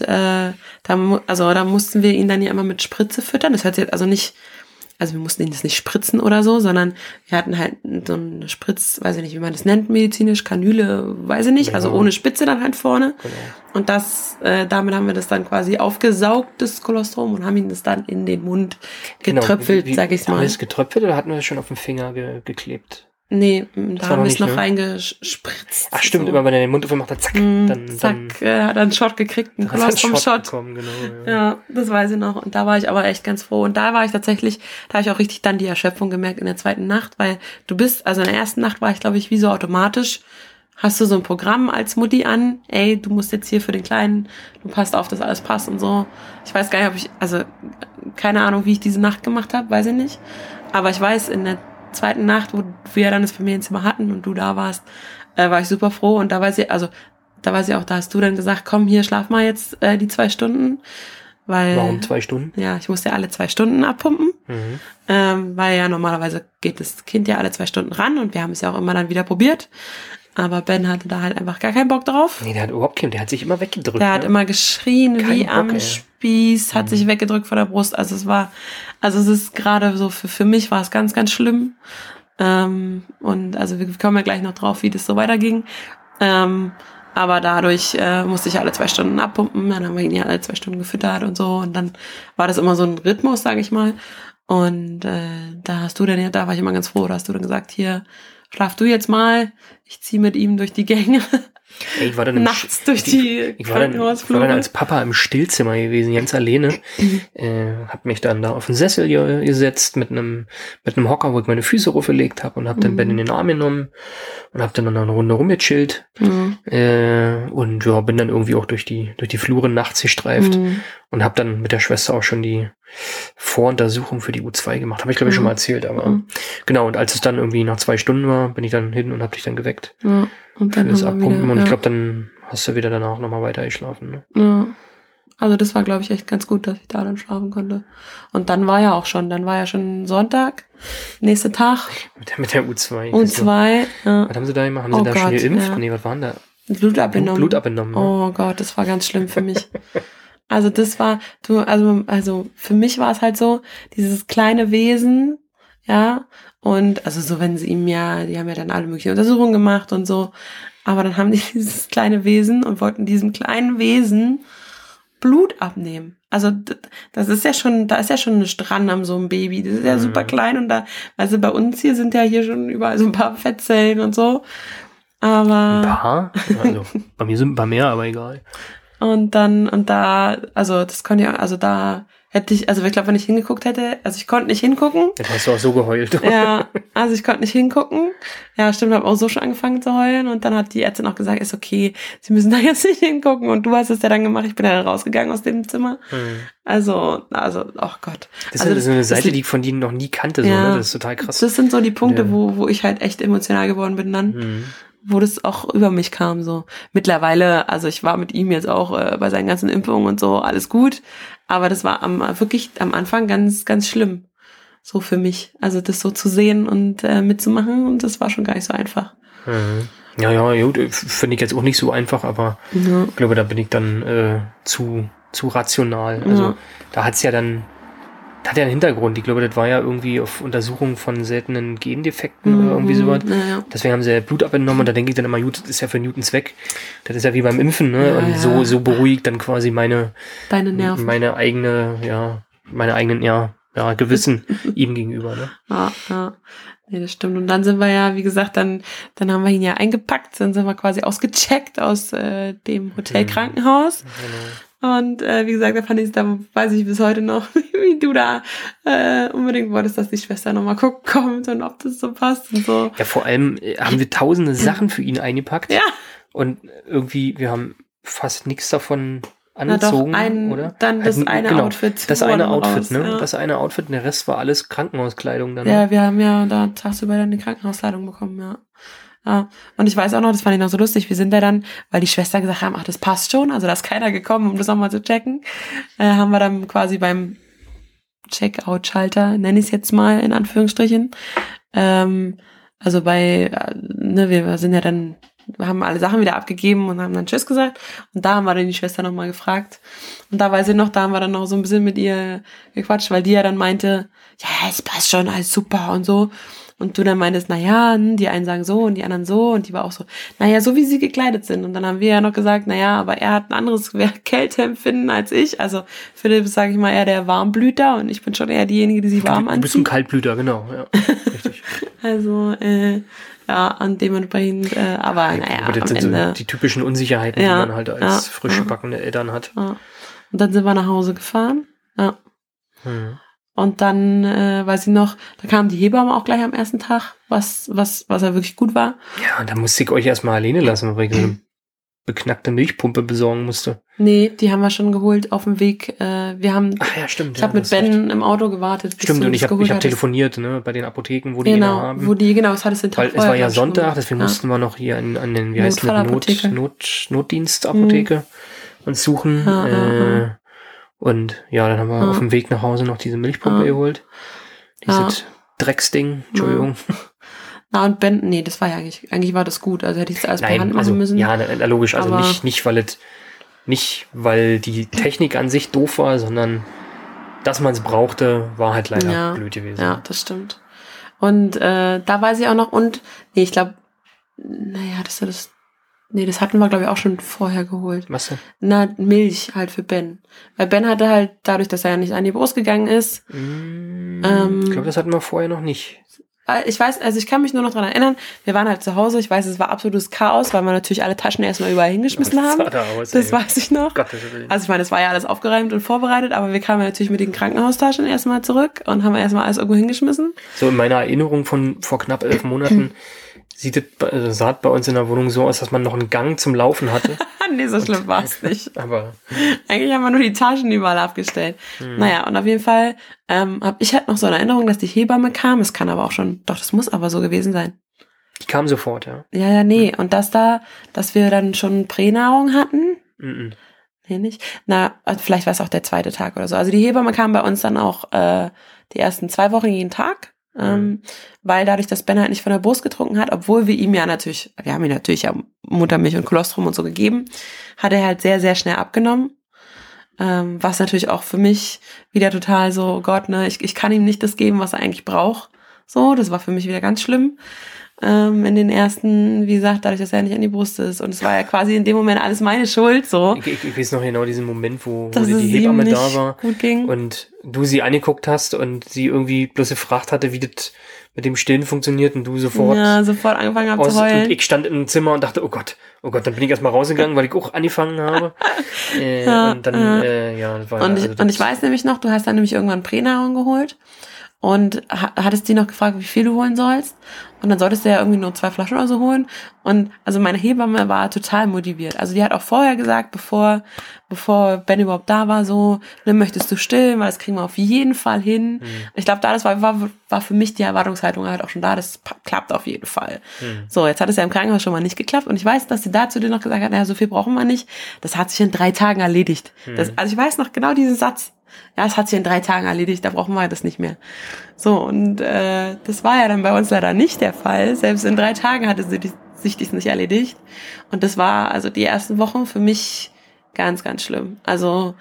da mussten wir ihn dann ja immer mit Spritze füttern, das hört sich jetzt also nicht. Also wir mussten ihn das nicht spritzen oder so, sondern wir hatten halt so eine Spritz, weiß ich nicht, wie man das nennt, medizinisch, Kanüle, weiß ich nicht, genau. Also ohne Spitze dann halt vorne. Genau. Und damit haben wir das dann quasi aufgesaugt, das Kolostrum, und haben ihn das dann in den Mund getröpfelt, sag ich's mal. Haben wir das getröpfelt oder hatten wir das schon auf dem Finger geklebt? Nee, da haben wir es noch reingespritzt. Ach stimmt, so. Immer wenn er den Mund aufgemacht hat, zack. Hat er einen Shot gekriegt, einen Kolostrum-Shot. Genau, ja, das weiß ich noch. Und da war ich aber echt ganz froh. Und da habe ich auch richtig dann die Erschöpfung gemerkt in der zweiten Nacht, weil also in der ersten Nacht war ich, glaube ich, wie so automatisch, hast du so ein Programm als Mutti an, ey, du musst jetzt hier für den Kleinen, du passt auf, dass alles passt und so. Ich weiß gar nicht, keine Ahnung, wie ich diese Nacht gemacht habe, weiß ich nicht. Aber ich weiß, in der zweiten Nacht, wo wir dann das Familienzimmer hatten und du da warst, war ich super froh und da war sie auch, da hast du dann gesagt, komm hier, schlaf mal jetzt die 2 Stunden. Warum 2 Stunden? Ja, ich musste ja alle 2 Stunden abpumpen, weil ja normalerweise geht das Kind ja alle 2 Stunden ran und wir haben es ja auch immer dann wieder probiert. Aber Ben hatte da halt einfach gar keinen Bock drauf. Nee, der hat sich immer weggedrückt. Der hat immer geschrien, wie am Spieß, hat sich weggedrückt vor der Brust. Also es ist gerade so, für mich war es ganz, ganz schlimm. Und also wir kommen ja gleich noch drauf, wie das so weiterging. Aber dadurch musste ich alle 2 Stunden abpumpen. Dann haben wir ihn ja alle 2 Stunden gefüttert und so. Und dann war das immer so ein Rhythmus, sage ich mal. Und da war ich immer ganz froh. Da hast du dann gesagt, hier, schlaf du jetzt mal, ich ziehe mit ihm durch die Gänge. Ey, ich war dann nachts durch die Krankenhausflure. Ich war dann als Papa im Stillzimmer gewesen, ganz alleine. Hab mich dann da auf den Sessel gesetzt mit einem Hocker, wo ich meine Füße raufgelegt habe und hab dann Ben in den Arm genommen und hab dann noch eine Runde rumgechillt. Und ja, bin dann irgendwie auch durch die Flure nachts gestreift und hab dann mit der Schwester auch schon die Voruntersuchung für die U2 gemacht. Habe ich, glaube ich, schon mal erzählt. Aber genau, und als es dann irgendwie nach 2 Stunden war, bin ich dann hin und hab dich dann geweckt. Ja, und dann für das Abpumpen. Und ich glaube, dann hast du wieder danach nochmal weiter geschlafen. Ne? Ja. Also das war, glaube ich, echt ganz gut, dass ich da dann schlafen konnte. Und dann war ja schon Sonntag, nächster Tag. Mit der U2. U2, ja. Was haben sie da gemacht? Haben sie da schon geimpft? Ja. Nee, was waren da? Blut abgenommen. Ne? Oh Gott, das war ganz schlimm für mich. Also das war, also für mich war es halt so, dieses kleine Wesen, ja, und also so, wenn sie die haben ja dann alle möglichen Untersuchungen gemacht und so, aber dann haben die dieses kleine Wesen und wollten diesem kleinen Wesen Blut abnehmen. Also da ist ja schon eine Strand am so einem Baby, das ist ja super klein und da, also bei uns hier sind ja hier schon überall so ein paar Fettzellen und so, aber... Ein paar? Also bei mir sind ein paar mehr, aber egal. Und da hätte ich, also ich glaube, wenn ich hingeguckt hätte, also ich konnte nicht hingucken. Dann hast du auch so geheult. Ja, also ich konnte nicht hingucken. Ja, stimmt, habe auch so schon angefangen zu heulen und dann hat die Ärztin auch gesagt, ist okay, Sie müssen da jetzt nicht hingucken und du hast es ja dann gemacht, ich bin dann rausgegangen aus dem Zimmer. Also, oh Gott. Das ist so eine Seite, die ich von denen noch nie kannte, so, ne? Das ist total krass. Das sind so die Punkte, wo ich halt echt emotional geworden bin dann. Wo das auch über mich kam, so. Mittlerweile, also ich war mit ihm jetzt auch bei seinen ganzen Impfungen und so, alles gut. Aber das war wirklich am Anfang ganz, ganz schlimm. So für mich. Also das so zu sehen und mitzumachen und das war schon gar nicht so einfach. Ja, gut, finde ich jetzt auch nicht so einfach, aber ich glaube, da bin ich dann zu rational. Also da hat's ja dann Das hat ja einen Hintergrund. Ich glaube, das war ja irgendwie auf Untersuchung von seltenen Gendefekten oder irgendwie sowas. Ja. Deswegen haben sie ja Blut abgenommen und da denke ich dann immer, gut, das ist ja für Newtons Zweck. Das ist ja wie beim Impfen, ne? Ja, und ja. so beruhigt dann quasi Deine Nerven. meine eigenen Gewissen ihm gegenüber, ne? Ja. Nee, das stimmt. Und dann sind wir ja, wie gesagt, dann haben wir ihn ja eingepackt, dann sind wir quasi ausgecheckt aus dem Hotelkrankenhaus. Genau. Und wie gesagt, da weiß ich bis heute noch, wie du da unbedingt wolltest, dass die Schwester nochmal gucken kommt und ob das so passt und so. Ja, vor allem haben wir tausende Sachen für ihn eingepackt. Ja. Und irgendwie, wir haben fast nichts davon angezogen, oder? Dann das eine Outfit. Das eine Outfit, raus, ne? Ja. Das eine Outfit, der Rest war alles Krankenhauskleidung dann. Ja, wir haben ja da tagsüber dann die Krankenhauskleidung bekommen, ja. Ja. Und ich weiß auch noch, das fand ich noch so lustig, wir sind da dann, weil die Schwester gesagt haben, ach, das passt schon, also da ist keiner gekommen, um das nochmal zu checken, haben wir dann quasi beim Checkout-Schalter, nenne ich es jetzt mal in Anführungsstrichen, also wir sind ja dann, wir haben alle Sachen wieder abgegeben und haben dann Tschüss gesagt. Und da haben wir dann die Schwester nochmal gefragt. Und da weiß ich noch, da haben wir dann noch so ein bisschen mit ihr gequatscht, weil die ja dann meinte, ja, es passt schon, alles super und so. Und du dann meintest, naja, die einen sagen so und die anderen so. Und die war auch so, naja, so wie sie gekleidet sind. Und dann haben wir ja noch gesagt, naja, aber er hat ein anderes Kälteempfinden als ich. Also Philipp ist, sage ich mal, eher der Warmblüter und ich bin schon eher diejenige, die sich warm anzieht. Du bist ein Kaltblüter, genau. Ja, richtig. Also, ja, und dementsprechend, aber naja, aber das am sind Ende. so die typischen Unsicherheiten, die man halt als frisch gebackene Eltern hat. Ja. Und dann sind wir nach Hause gefahren. Ja. Und dann, weiß ich noch, da kam die Hebamme auch gleich am ersten Tag, was ja wirklich gut war. Ja, und da musste ich euch erstmal alleine lassen, weil ich so eine beknackte Milchpumpe besorgen musste. Nee, die haben wir schon geholt auf dem Weg. Ach ja, stimmt. Ich habe mit Ben im Auto gewartet. Stimmt, und ich hab telefoniert, ne, bei den Apotheken, wo die genau, haben. Das hattest du den Tag weil es war ja Sonntag, deswegen mussten wir noch hier an den, wie heißt das, Notdienstapotheke uns suchen. Und ja, dann haben wir auf dem Weg nach Hause noch diese Milchpumpe geholt. Dieses Drecksding, Entschuldigung. Na, und Ben, nee, das war ja eigentlich war das gut. Also hätte ich das alles per Hand machen müssen. Ja, logisch. Also nicht, weil die Technik an sich doof war, sondern dass man es brauchte, war halt leider blöd gewesen. Ja, das stimmt. Und da weiß ich auch noch, ich glaube, das hatten wir, glaube ich, auch schon vorher geholt. Was denn? Na, Milch halt für Ben. Weil Ben hatte halt, dadurch, dass er ja nicht an die Brust gegangen ist. Ich glaube, das hatten wir vorher noch nicht. Ich weiß, also ich kann mich nur noch daran erinnern, wir waren halt zu Hause, ich weiß, es war absolutes Chaos, weil wir natürlich alle Taschen erstmal überall hingeschmissen haben. Das weiß ich noch. Also ich meine, es war ja alles aufgeräumt und vorbereitet, aber wir kamen natürlich mit den Krankenhaustaschen erstmal zurück und haben erstmal alles irgendwo hingeschmissen. So in meiner Erinnerung von vor knapp 11 Monaten sah es bei uns in der Wohnung so aus, dass man noch einen Gang zum Laufen hatte. Nee, so schlimm war es nicht. Aber eigentlich haben wir nur die Taschen überall abgestellt. Naja, und auf jeden Fall habe ich halt noch so eine Erinnerung, dass die Hebamme kam. Es kann aber auch schon, doch, das muss aber so gewesen sein. Die kam sofort, ja. Ja, nee. Und dass wir dann schon Pränahrung hatten. Nee, nicht. Na, vielleicht war es auch der zweite Tag oder so. Also die Hebamme kam bei uns dann auch die ersten 2 Wochen jeden Tag. Weil dadurch, dass Ben halt nicht von der Brust getrunken hat, obwohl wir haben ihn natürlich ja Muttermilch und Kolostrum und so gegeben, hat er halt sehr, sehr schnell abgenommen. Was natürlich auch für mich wieder total so, Gott, ne, ich kann ihm nicht das geben, was er eigentlich braucht. So, das war für mich wieder ganz schlimm. In den ersten, wie gesagt, dadurch, dass er nicht an die Brust ist. Und es war ja quasi in dem Moment alles meine Schuld, so. Ich weiß noch genau diesen Moment, wo die Hebamme da war gut ging. Und du sie angeguckt hast und sie irgendwie bloß gefragt hatte, wie das mit dem Stillen funktioniert und du sofort angefangen habe zu heulen. Und ich stand im Zimmer und dachte, oh Gott, dann bin ich erstmal rausgegangen, weil ich auch angefangen habe. Und dann, das war und ich weiß nämlich noch, du hast dann nämlich irgendwann Pränahrung geholt und hattest die noch gefragt, wie viel du holen sollst. Und dann solltest du ja irgendwie nur 2 Flaschen oder so holen. Und also meine Hebamme war total motiviert. Also die hat auch vorher gesagt, bevor Ben überhaupt da war, so, ne, möchtest du stillen, weil das kriegen wir auf jeden Fall hin. Ich glaube, das war für mich die Erwartungshaltung halt auch schon da, das klappt auf jeden Fall. So, jetzt hat es ja im Krankenhaus schon mal nicht geklappt. Und ich weiß, dass sie da zu dir noch gesagt hat, naja, so viel brauchen wir nicht. Das hat sich in 3 Tagen erledigt. Also ich weiß noch genau diesen Satz. Ja, es hat sich in 3 Tagen erledigt, da brauchen wir das nicht mehr. So, und das war ja dann bei uns leider nicht der Fall. Selbst in 3 Tagen hatte sich dies nicht erledigt. Und das war also die ersten Wochen für mich ganz, ganz schlimm. Also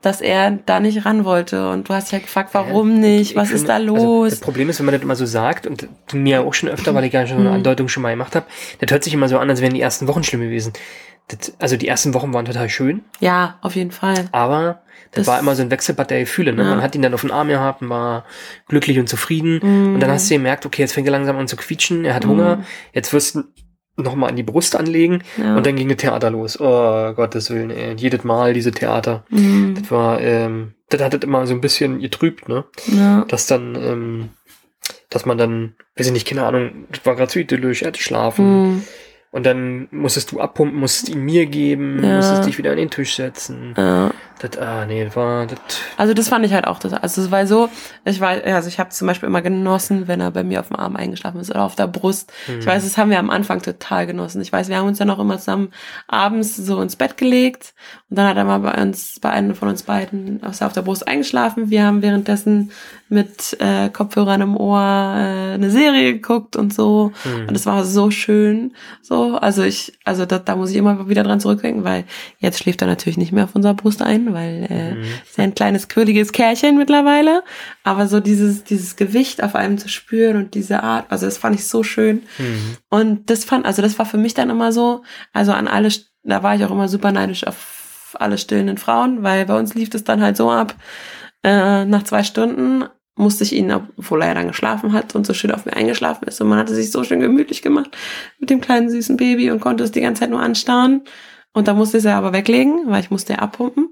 dass er da nicht ran wollte. Und du hast ja gefragt, warum nicht? Was ist da los? Also das Problem ist, wenn man das immer so sagt, und mir auch schon öfter, weil ich ja schon eine Andeutung schon mal gemacht habe, das hört sich immer so an, als wären die ersten Wochen schlimm gewesen. Also die ersten Wochen waren total schön. Ja, auf jeden Fall. Aber das war immer so ein Wechselbad der Gefühle. Ne? Ja. Man hat ihn dann auf den Arm gehabt und war glücklich und zufrieden. Und dann hast du gemerkt, okay, jetzt fängt er langsam an zu quietschen, er hat Hunger, jetzt wirst du nochmal an die Brust anlegen und dann ging das Theater los. Oh, Gottes Willen, ey. Jedes Mal diese Theater. Das war, das hat das immer so ein bisschen getrübt, ne? Ja. Dass dann, dass man dann, weiß ich nicht, keine Ahnung, das war gerade so idyllisch, er hatte schlafen. Und dann musstest du abpumpen, musstest ihn mir geben, musstest dich wieder an den Tisch setzen. Ja. Das war das. Also das fand ich halt auch das. Also es war so, ich habe zum Beispiel immer genossen, wenn er bei mir auf dem Arm eingeschlafen ist oder auf der Brust. Ich weiß, das haben wir am Anfang total genossen. Ich weiß, wir haben uns dann auch immer zusammen abends so ins Bett gelegt und dann hat er mal bei einem von uns beiden auf der Brust eingeschlafen. Wir haben währenddessen mit Kopfhörern im Ohr eine Serie geguckt und so. Und es war so schön. So, da muss ich immer wieder dran zurückdenken, weil jetzt schläft er natürlich nicht mehr auf unserer Brust ein, weil ist ja ein kleines, quirliges Kerlchen mittlerweile. Aber so dieses Gewicht auf einem zu spüren und diese Art, also das fand ich so schön. Und das war für mich dann immer so, also da war ich auch immer super neidisch auf alle stillenden Frauen, weil bei uns lief das dann halt so ab, nach 2 Stunden musste ich ihn, obwohl er ja dann geschlafen hat und so schön auf mir eingeschlafen ist und man hatte sich so schön gemütlich gemacht mit dem kleinen süßen Baby und konnte es die ganze Zeit nur anstarren und da musste ich es ja aber weglegen, weil ich musste ja abpumpen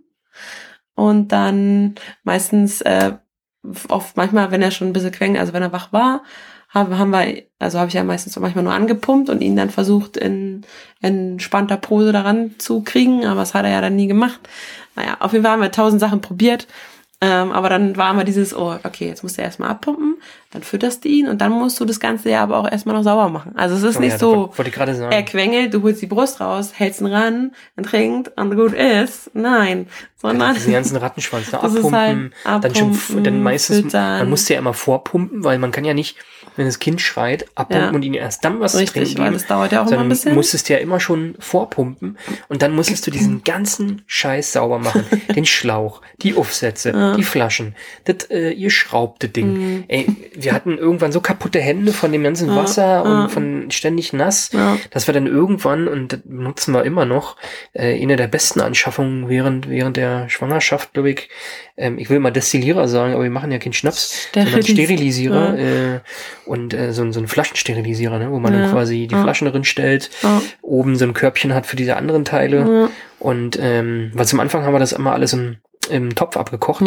und dann meistens manchmal, wenn er schon ein bisschen quengelt, also wenn er wach war, habe ich ja meistens manchmal nur angepumpt und ihn dann versucht in entspannter Pose daran zu kriegen, aber das hat er ja dann nie gemacht. Naja, auf jeden Fall haben wir 1000 Sachen probiert. Aber dann war immer dieses, okay, jetzt musst du erstmal abpumpen, dann fütterst du ihn und dann musst du das Ganze ja aber auch erstmal noch sauber machen. Also es ist nicht so, er quengelt, du holst die Brust raus, hältst ihn ran, er trinkt und gut ist. Nein, sondern diesen ganzen Rattenschwanz, abpumpen, halt dann meistens, füttern. Man muss ja immer vorpumpen, weil man kann ja nicht, wenn das Kind schreit, abpumpen und ihnen erst dann was trinken geben. Weil das dauert ja auch immer ein bisschen. Du musstest ja immer schon vorpumpen und dann musstest du diesen ganzen Scheiß sauber machen. Den Schlauch, die Aufsätze, die Flaschen, das ihr schraubte Ding. Ey, wir hatten irgendwann so kaputte Hände von dem ganzen Wasser und von ständig nass, dass wir dann irgendwann, und das benutzen wir immer noch, eine der besten Anschaffungen während der Schwangerschaft, glaube ich, ich will mal Destillierer sagen, aber wir machen ja keinen Schnaps, sondern Sterilisierer und so einen Flaschensterilisierer, ne, wo man dann quasi die Flaschen drin stellt, oben so ein Körbchen hat für diese anderen Teile und weil zum Anfang haben wir das immer alles im Topf abgekocht.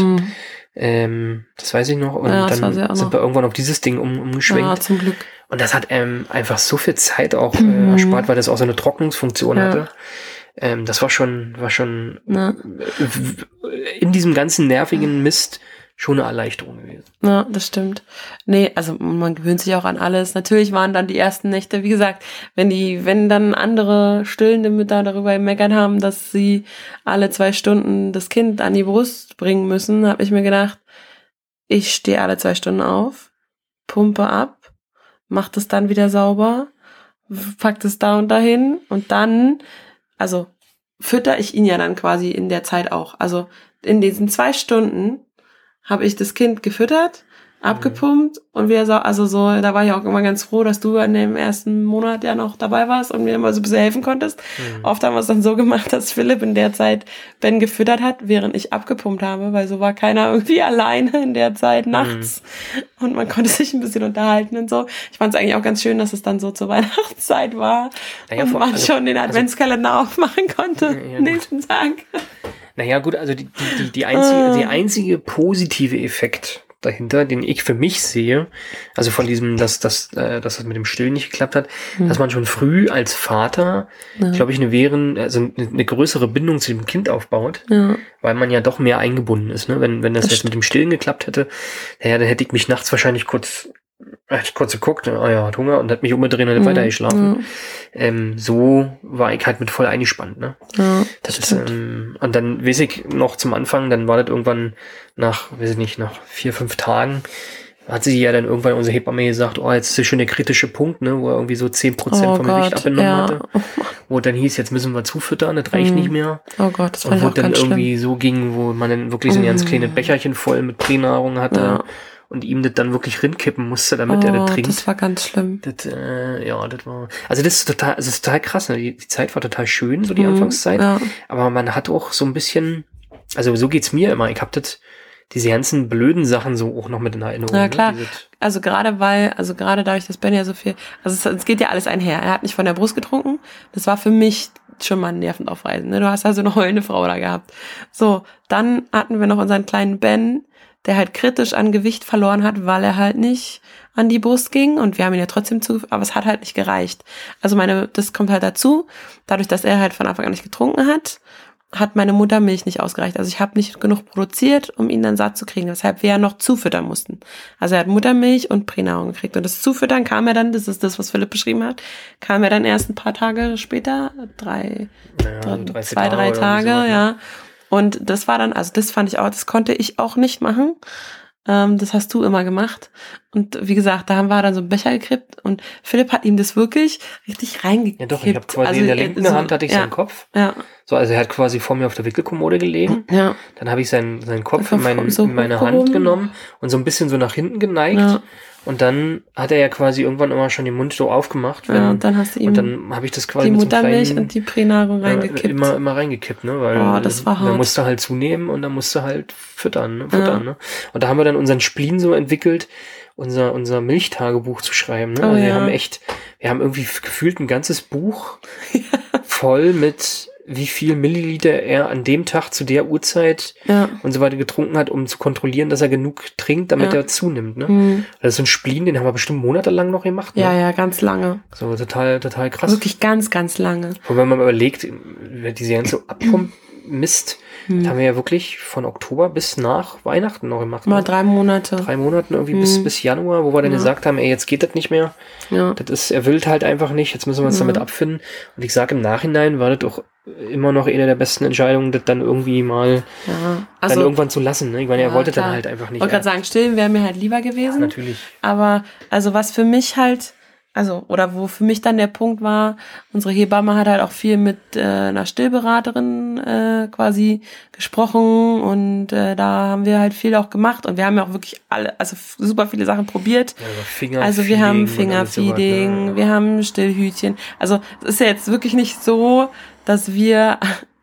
Das weiß ich noch. Und dann sind wir irgendwann auf dieses Ding umgeschwenkt. Ja, zum Glück. Und das hat einfach so viel Zeit auch erspart, weil das auch so eine Trocknungsfunktion hatte. Das war schon in diesem ganzen nervigen Mist schon eine Erleichterung gewesen. Ja, das stimmt. Nee, also man gewöhnt sich auch an alles. Natürlich waren dann die ersten Nächte, wie gesagt, wenn dann andere stillende Mütter darüber meckern haben, dass sie alle 2 Stunden das Kind an die Brust bringen müssen, habe ich mir gedacht, ich stehe alle 2 Stunden auf, pumpe ab, mach das dann wieder sauber, pack das da und dahin und dann, also fütter ich ihn ja dann quasi in der Zeit auch. Also in diesen 2 Stunden habe ich das Kind gefüttert, abgepumpt und wieder da war ich auch immer ganz froh, dass du in dem ersten Monat ja noch dabei warst und mir immer so ein bisschen helfen konntest. Oft haben wir es dann so gemacht, dass Philipp in der Zeit Ben gefüttert hat, während ich abgepumpt habe, weil so war keiner irgendwie alleine in der Zeit nachts und man konnte sich ein bisschen unterhalten und so. Ich fand es eigentlich auch ganz schön, dass es dann so zur Weihnachtszeit war und man schon den Adventskalender aufmachen konnte nächsten Tag. Naja, gut, also die einzige positive Effekt dahinter, den ich für mich sehe, also von diesem, dass das mit dem Stillen nicht geklappt hat, dass man schon früh als Vater, glaube ich, eine größere Bindung zu dem Kind aufbaut, weil man ja doch mehr eingebunden ist, ne? Wenn das jetzt mit dem Stillen geklappt hätte, dann hätte ich mich nachts wahrscheinlich kurz geguckt, hat Hunger und hat mich umgedreht und hat weiter geschlafen. So war ich halt mit voll eingespannt, ne? Ja, das ist, und dann weiß ich noch zum Anfang, dann war das irgendwann nach 4, 5 Tagen, hat sie ja dann irgendwann unsere Hebamme gesagt, jetzt ist schon der kritische Punkt, ne, wo er irgendwie so 10% vom Gewicht abgenommen hatte. wo dann hieß, jetzt müssen wir zufüttern, das reicht nicht mehr. Oh Gott, das und fand ich wo auch dann ganz irgendwie schlimm. so ging, wo man dann wirklich so ein ganz kleines Becherchen voll mit Pränahrung hatte. Ja. Und ihm das dann wirklich rinkippen musste, damit er das trinkt. Das war ganz schlimm. Das war, also das ist total krass, ne? Die Zeit war total schön, so die Anfangszeit. Ja. Aber man hat auch so ein bisschen, also so geht's mir immer. Ich hab diese ganzen blöden Sachen so auch noch mit in Erinnerung. Ja, klar. Ne? Also gerade dadurch, dass Ben ja so viel, also es geht ja alles einher. Er hat nicht von der Brust getrunken. Das war für mich schon mal ein Nervenaufreißen. Ne? Du hast also eine heulende Frau da gehabt. So, dann hatten wir noch unseren kleinen Ben, der halt kritisch an Gewicht verloren hat, weil er halt nicht an die Brust ging und wir haben ihn ja trotzdem aber es hat halt nicht gereicht. Also das kommt halt dazu, dadurch, dass er halt von Anfang an nicht getrunken hat, hat meine Mutter Milch nicht ausgereicht. Also ich habe nicht genug produziert, um ihn dann satt zu kriegen, weshalb wir ja noch zufüttern mussten. Also er hat Muttermilch und Pränahrung gekriegt und das Zufüttern kam ja dann, das ist das, was Philipp beschrieben hat, kam ja dann erst ein paar Tage später, 3 Tage, ja. Und das war dann, also das fand ich auch, das konnte ich auch nicht machen. Das hast du immer gemacht. Und wie gesagt, da haben wir dann so einen Becher gekippt und Philipp hat ihm das wirklich richtig reingekippt. Ja doch, ich habe quasi in der linken Hand hatte ich seinen Kopf. Ja. So, also er hat quasi vor mir auf der Wickelkommode gelegen. Ja. Dann habe ich seinen Kopf in so meine Hand genommen und so ein bisschen so nach hinten geneigt. Ja. Und dann hat er ja quasi irgendwann immer schon den Mund so aufgemacht. Und dann hast du ihm und dann habe ich das quasi die mit so einem Muttermilch kleinen, und die Pränahrung reingekippt. Immer reingekippt, ne? Weil das war hart. man musste halt zunehmen und dann musste halt füttern. Ne? Und da haben wir dann unseren Spleen so entwickelt, unser Milchtagebuch zu schreiben. Ne? Also wir haben irgendwie gefühlt ein ganzes Buch voll mit wie viel Milliliter er an dem Tag zu der Uhrzeit und so weiter getrunken hat, um zu kontrollieren, dass er genug trinkt, damit er zunimmt. Ne? Das ist so ein Spleen, den haben wir bestimmt monatelang noch gemacht. Ne? Ja, ganz lange. So total krass. Wirklich ganz, ganz lange. Und wenn man mal überlegt, diese ganze Abpump-Mist, das haben wir ja wirklich von Oktober bis nach Weihnachten noch gemacht. Mal ne? 3 Monate. 3 Monaten irgendwie bis Januar, wo wir dann gesagt haben, ey, jetzt geht das nicht mehr. Ja. Er will halt einfach nicht, jetzt müssen wir uns damit abfinden. Und ich sage, im Nachhinein war das auch immer noch eine der besten Entscheidungen, das dann irgendwie mal dann irgendwann zu lassen. Ne? Ich meine, er wollte dann halt einfach nicht. Ich wollte gerade sagen, stillen wäre mir halt lieber gewesen. Ja, natürlich. Aber also was für mich halt, oder wo für mich dann der Punkt war, unsere Hebamme hat halt auch viel mit einer Stillberaterin quasi gesprochen und da haben wir halt viel auch gemacht und wir haben ja auch wirklich super viele Sachen probiert. Ja, also wir haben Fingerfeeding, so wir haben Stillhütchen. Also es ist ja jetzt wirklich nicht so, dass wir,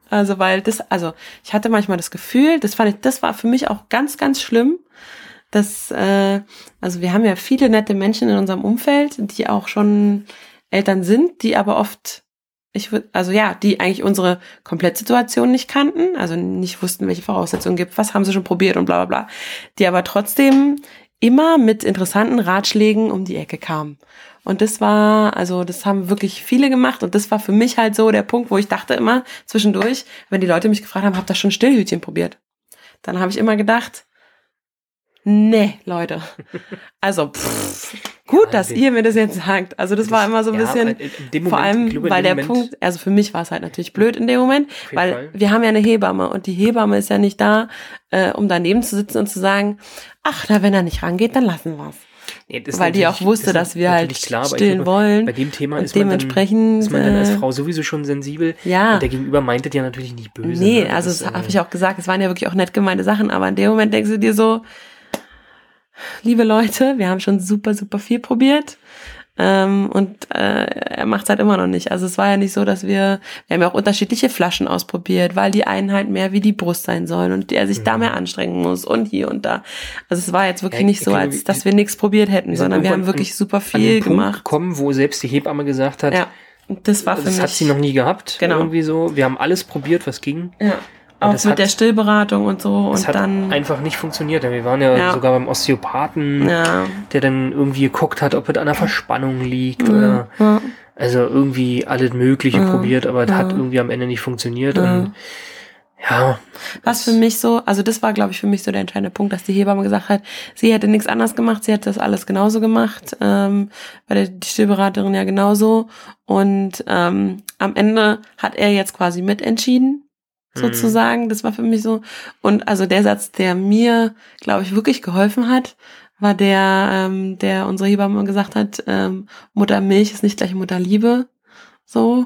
ich hatte manchmal das Gefühl, das war für mich auch ganz, ganz schlimm, dass, wir haben ja viele nette Menschen in unserem Umfeld, die auch schon Eltern sind, die aber oft, die eigentlich unsere Komplettsituation nicht kannten, also nicht wussten, welche Voraussetzungen gibt, was haben sie schon probiert und bla bla bla, die aber trotzdem immer mit interessanten Ratschlägen um die Ecke kamen. Und das haben wirklich viele gemacht und das war für mich halt so der Punkt, wo ich dachte immer zwischendurch, wenn die Leute mich gefragt haben, habt ihr schon Stillhütchen probiert? Dann habe ich immer gedacht, nee, Leute. Also, gut, dass ihr mir das jetzt sagt. Also das war immer so ein bisschen, vor allem, weil der Punkt, also für mich war es halt natürlich blöd in dem Moment, weil wir haben ja eine Hebamme und die Hebamme ist ja nicht da, um daneben zu sitzen und zu sagen, ach, wenn er nicht rangeht, dann lassen wir's. Nee, weil die auch wusste, dass wir halt stillen wollen. Bei dem Thema ist man dann als Frau sowieso schon sensibel. Ja. Und der Gegenüber meinte das ja natürlich nicht böse. Nee, also das habe ich auch gesagt, es waren ja wirklich auch nett gemeinte Sachen, aber in dem Moment denkst du dir so, liebe Leute, wir haben schon super, super viel probiert. Er macht es halt immer noch nicht. Also es war ja nicht so, dass wir haben ja auch unterschiedliche Flaschen ausprobiert, weil die einen halt mehr wie die Brust sein sollen und der sich da mehr anstrengen muss und hier und da. Also es war jetzt wirklich nicht so, als dass wir nichts probiert hätten, sondern wir haben wirklich super viel gemacht. Gekommen, wo selbst die Hebamme gesagt hat, das war für mich. Das hat sie noch nie gehabt. Genau. Irgendwie so. Wir haben alles probiert, was ging. Ja. Auch mit der Stillberatung und so. Das hat einfach nicht funktioniert. Wir waren ja sogar beim Osteopathen, der dann irgendwie geguckt hat, ob es an der Verspannung liegt. Oder also irgendwie alles Mögliche probiert, aber es hat irgendwie am Ende nicht funktioniert. Und was für mich so, also das war, glaube ich, für mich so der entscheidende Punkt, dass die Hebamme gesagt hat, sie hätte nichts anderes gemacht, sie hätte das alles genauso gemacht, weil die Stillberaterin ja genauso. Und am Ende hat er jetzt quasi mitentschieden. Sozusagen, das war für mich so. Und also der Satz, der mir, glaube ich, wirklich geholfen hat, war der unsere Hebamme gesagt hat, Muttermilch ist nicht gleich Mutterliebe. So.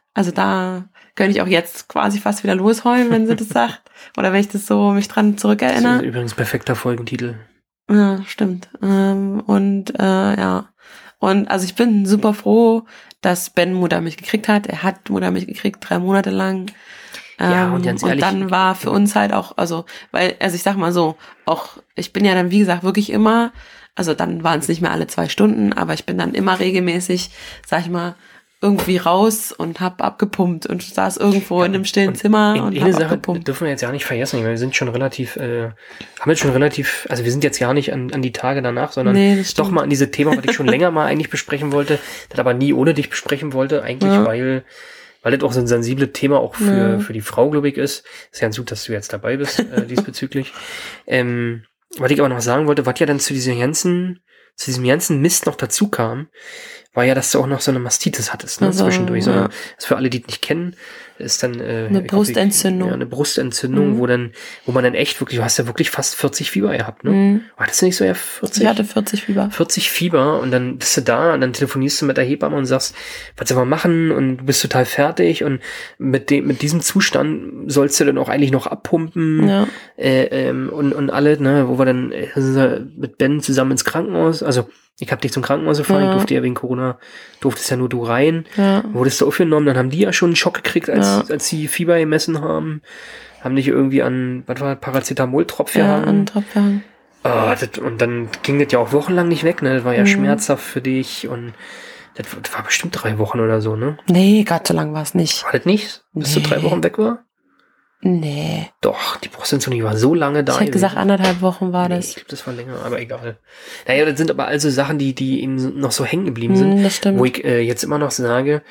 Also da könnte ich auch jetzt quasi fast wieder losheulen, wenn sie das sagt. Oder wenn ich das so mich dran zurückerinnere. Das ist übrigens perfekter Folgentitel. Ja, stimmt. Ja. Und also ich bin super froh, dass Ben Muttermilch gekriegt hat. Er hat Muttermilch gekriegt, 3 Monate lang. Und ganz ehrlich, und dann war für uns halt auch, also ich sag mal so, auch ich bin ja dann, wie gesagt, wirklich immer, also dann waren es nicht mehr alle 2 Stunden, aber ich bin dann immer regelmäßig, sag ich mal, irgendwie raus und hab abgepumpt und saß irgendwo in einem stillen Zimmer und hab abgepumpt. Dürfen wir jetzt ja nicht vergessen, weil wir sind schon relativ, also wir sind jetzt ja nicht an die Tage danach, sondern doch mal an diese Thema, was ich schon länger mal eigentlich besprechen wollte, das aber nie ohne dich besprechen wollte, eigentlich, weil das auch so ein sensibles Thema auch für die Frau, glaube ich, ist. Ist ja ganz gut, dass du jetzt dabei bist, diesbezüglich. Was ich aber noch sagen wollte, was ja dann zu diesem ganzen Mist noch dazu kam, war ja, dass du auch noch so eine Mastitis hattest, ne, also, zwischendurch. So das für alle, die es nicht kennen, ist dann eine Brustentzündung. Eine Brustentzündung, wo man dann echt wirklich, du hast ja wirklich fast 40 Fieber gehabt, ne? Hattest du nicht so ja 40? Ich hatte 40 Fieber. 40 Fieber und dann bist du da und dann telefonierst du mit der Hebamme und sagst, was soll man machen, und du bist total fertig, und mit diesem Zustand sollst du dann auch eigentlich noch abpumpen, und alle, ne, wo wir dann mit Ben zusammen ins Krankenhaus, also ich hab dich zum Krankenhaus gefahren, ich durfte ja wegen Corona, durftest ja nur du rein, wurdest du aufgenommen, dann haben die ja schon einen Schock gekriegt, als sie Fieber gemessen haben dich irgendwie an, was war, Paracetamol-Tropf gehangen. An Tropf gehangen. Und dann ging das ja auch wochenlang nicht weg, ne, das war ja schmerzhaft für dich, und das war bestimmt 3 Wochen oder so, ne? Nee, Gott, so lang war es nicht. War das nicht? Bis du 3 Wochen weg war? Nee. Doch, die Brustentzündung war so lange da. Ich hätte gesagt, 1,5 Wochen war das. Ich glaube, das war länger, aber egal. Naja, das sind aber also Sachen, die eben noch so hängen geblieben sind. Das stimmt. Wo ich jetzt immer noch sage,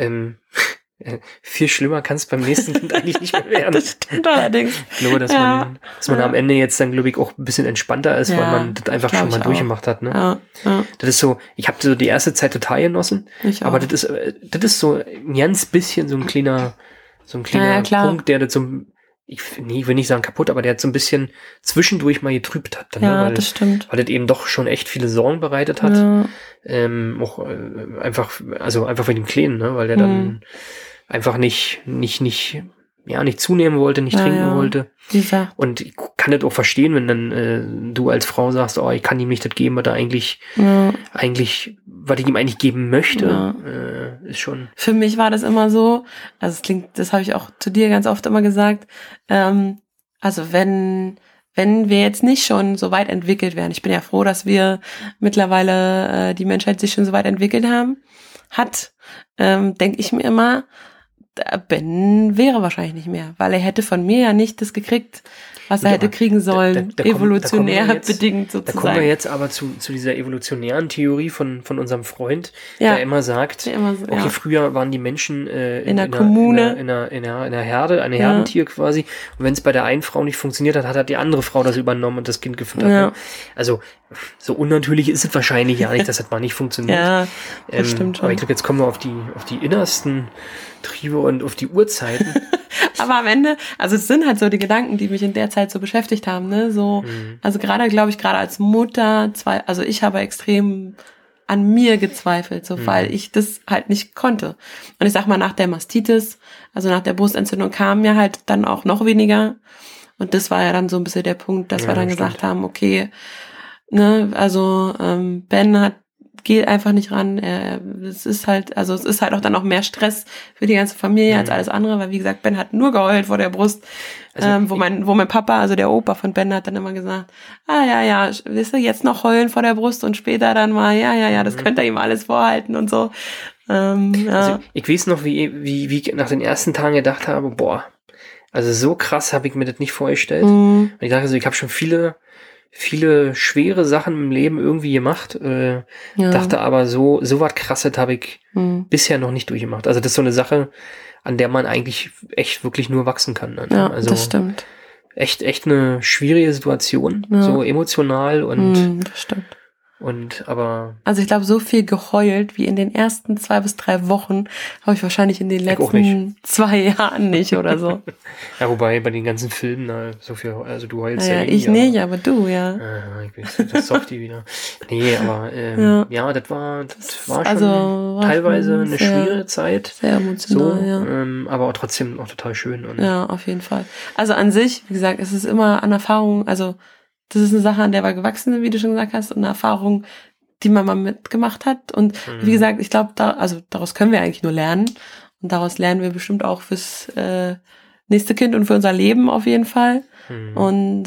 viel schlimmer kann es beim nächsten Kind eigentlich nicht mehr werden. Das stimmt allerdings. Ich glaube, dass man am Ende jetzt dann, glaube ich, auch ein bisschen entspannter ist, weil man das einfach schon mal durchgemacht hat. Ne? Ja. Das ist so, ich habe so die erste Zeit total genossen, aber das ist so ein ganz bisschen so ein kleiner Punkt, der das so, ich will nicht sagen kaputt, aber der hat so ein bisschen zwischendurch mal getrübt hat. Dann, ja, das stimmt. Weil das eben doch schon echt viele Sorgen bereitet hat. Ja. Auch einfach wegen dem Kleinen, ne? Weil der dann einfach nicht zunehmen wollte, nicht trinken wollte. Und ich kann das auch verstehen, wenn dann du als Frau sagst, oh, ich kann ihm nicht das geben, was er eigentlich, was ich ihm eigentlich geben möchte, ist schon. Für mich war das immer so, also das habe ich auch zu dir ganz oft immer gesagt, also wenn wir jetzt nicht schon so weit entwickelt wären, ich bin ja froh, dass wir mittlerweile die Menschheit sich schon so weit entwickelt hat, denke ich mir immer, Ben wäre wahrscheinlich nicht mehr, weil er hätte von mir ja nicht das gekriegt, was er hätte kriegen sollen, evolutionär bedingt sozusagen. Da kommen wir jetzt aber zu dieser evolutionären Theorie von unserem Freund, der immer sagt, früher waren die Menschen in der Kommune, in einer Herde, eine Herdentier quasi, und wenn es bei der einen Frau nicht funktioniert hat die andere Frau das übernommen und das Kind gefüttert. Ja. Also so unnatürlich ist es wahrscheinlich ja nicht, dass das mal nicht funktioniert. Ja, das stimmt schon. Aber ich glaube, jetzt kommen wir auf die innersten Triebe und auf die Uhrzeiten. Aber am Ende, also es sind halt so die Gedanken, die mich in der Zeit so beschäftigt haben, ne, so, also gerade als Mutter, also ich habe extrem an mir gezweifelt, so, weil ich das halt nicht konnte. Und ich sag mal, nach der Mastitis, also nach der Brustentzündung kam mir halt dann auch noch weniger. Und das war ja dann so ein bisschen der Punkt, dass wir dann gesagt haben, okay, ne, also, Ben geht einfach nicht ran. Es ist halt auch dann auch mehr Stress für die ganze Familie als alles andere, weil wie gesagt, Ben hat nur geheult vor der Brust, wo mein Papa, also der Opa von Ben, hat dann immer gesagt, willst du jetzt noch heulen vor der Brust und später dann mal, das könnt ihr ihm alles vorhalten und so. Also ich weiß noch, wie ich nach den ersten Tagen gedacht habe, boah, also so krass habe ich mir das nicht vorgestellt. Und ich dachte so, ich habe schon viele schwere Sachen im Leben irgendwie gemacht, dachte aber so was Krasses habe ich bisher noch nicht durchgemacht. Also das ist so eine Sache, an der man eigentlich echt wirklich nur wachsen kann. Ne? Ja, also das stimmt. Echt eine schwierige Situation, so emotional und das stimmt. Also ich glaube, so viel geheult wie in den ersten 2 bis 3 Wochen habe ich wahrscheinlich in den letzten 2 Jahren nicht oder so. Ja, wobei bei den ganzen Filmen, so viel, also du heulst ja ich nicht, aber du, ja. Ich bin jetzt das Softie wieder. Nee, aber das war schon also, teilweise eine schwierige Zeit. Sehr emotional, so, aber auch trotzdem auch total schön. Und ja, auf jeden Fall. Also an sich, wie gesagt, es ist immer an Erfahrung, also das ist eine Sache, an der wir gewachsen sind, wie du schon gesagt hast, und eine Erfahrung, die man mal mitgemacht hat. Und wie gesagt, ich glaube, daraus können wir eigentlich nur lernen. Und daraus lernen wir bestimmt auch fürs nächste Kind und für unser Leben auf jeden Fall. Und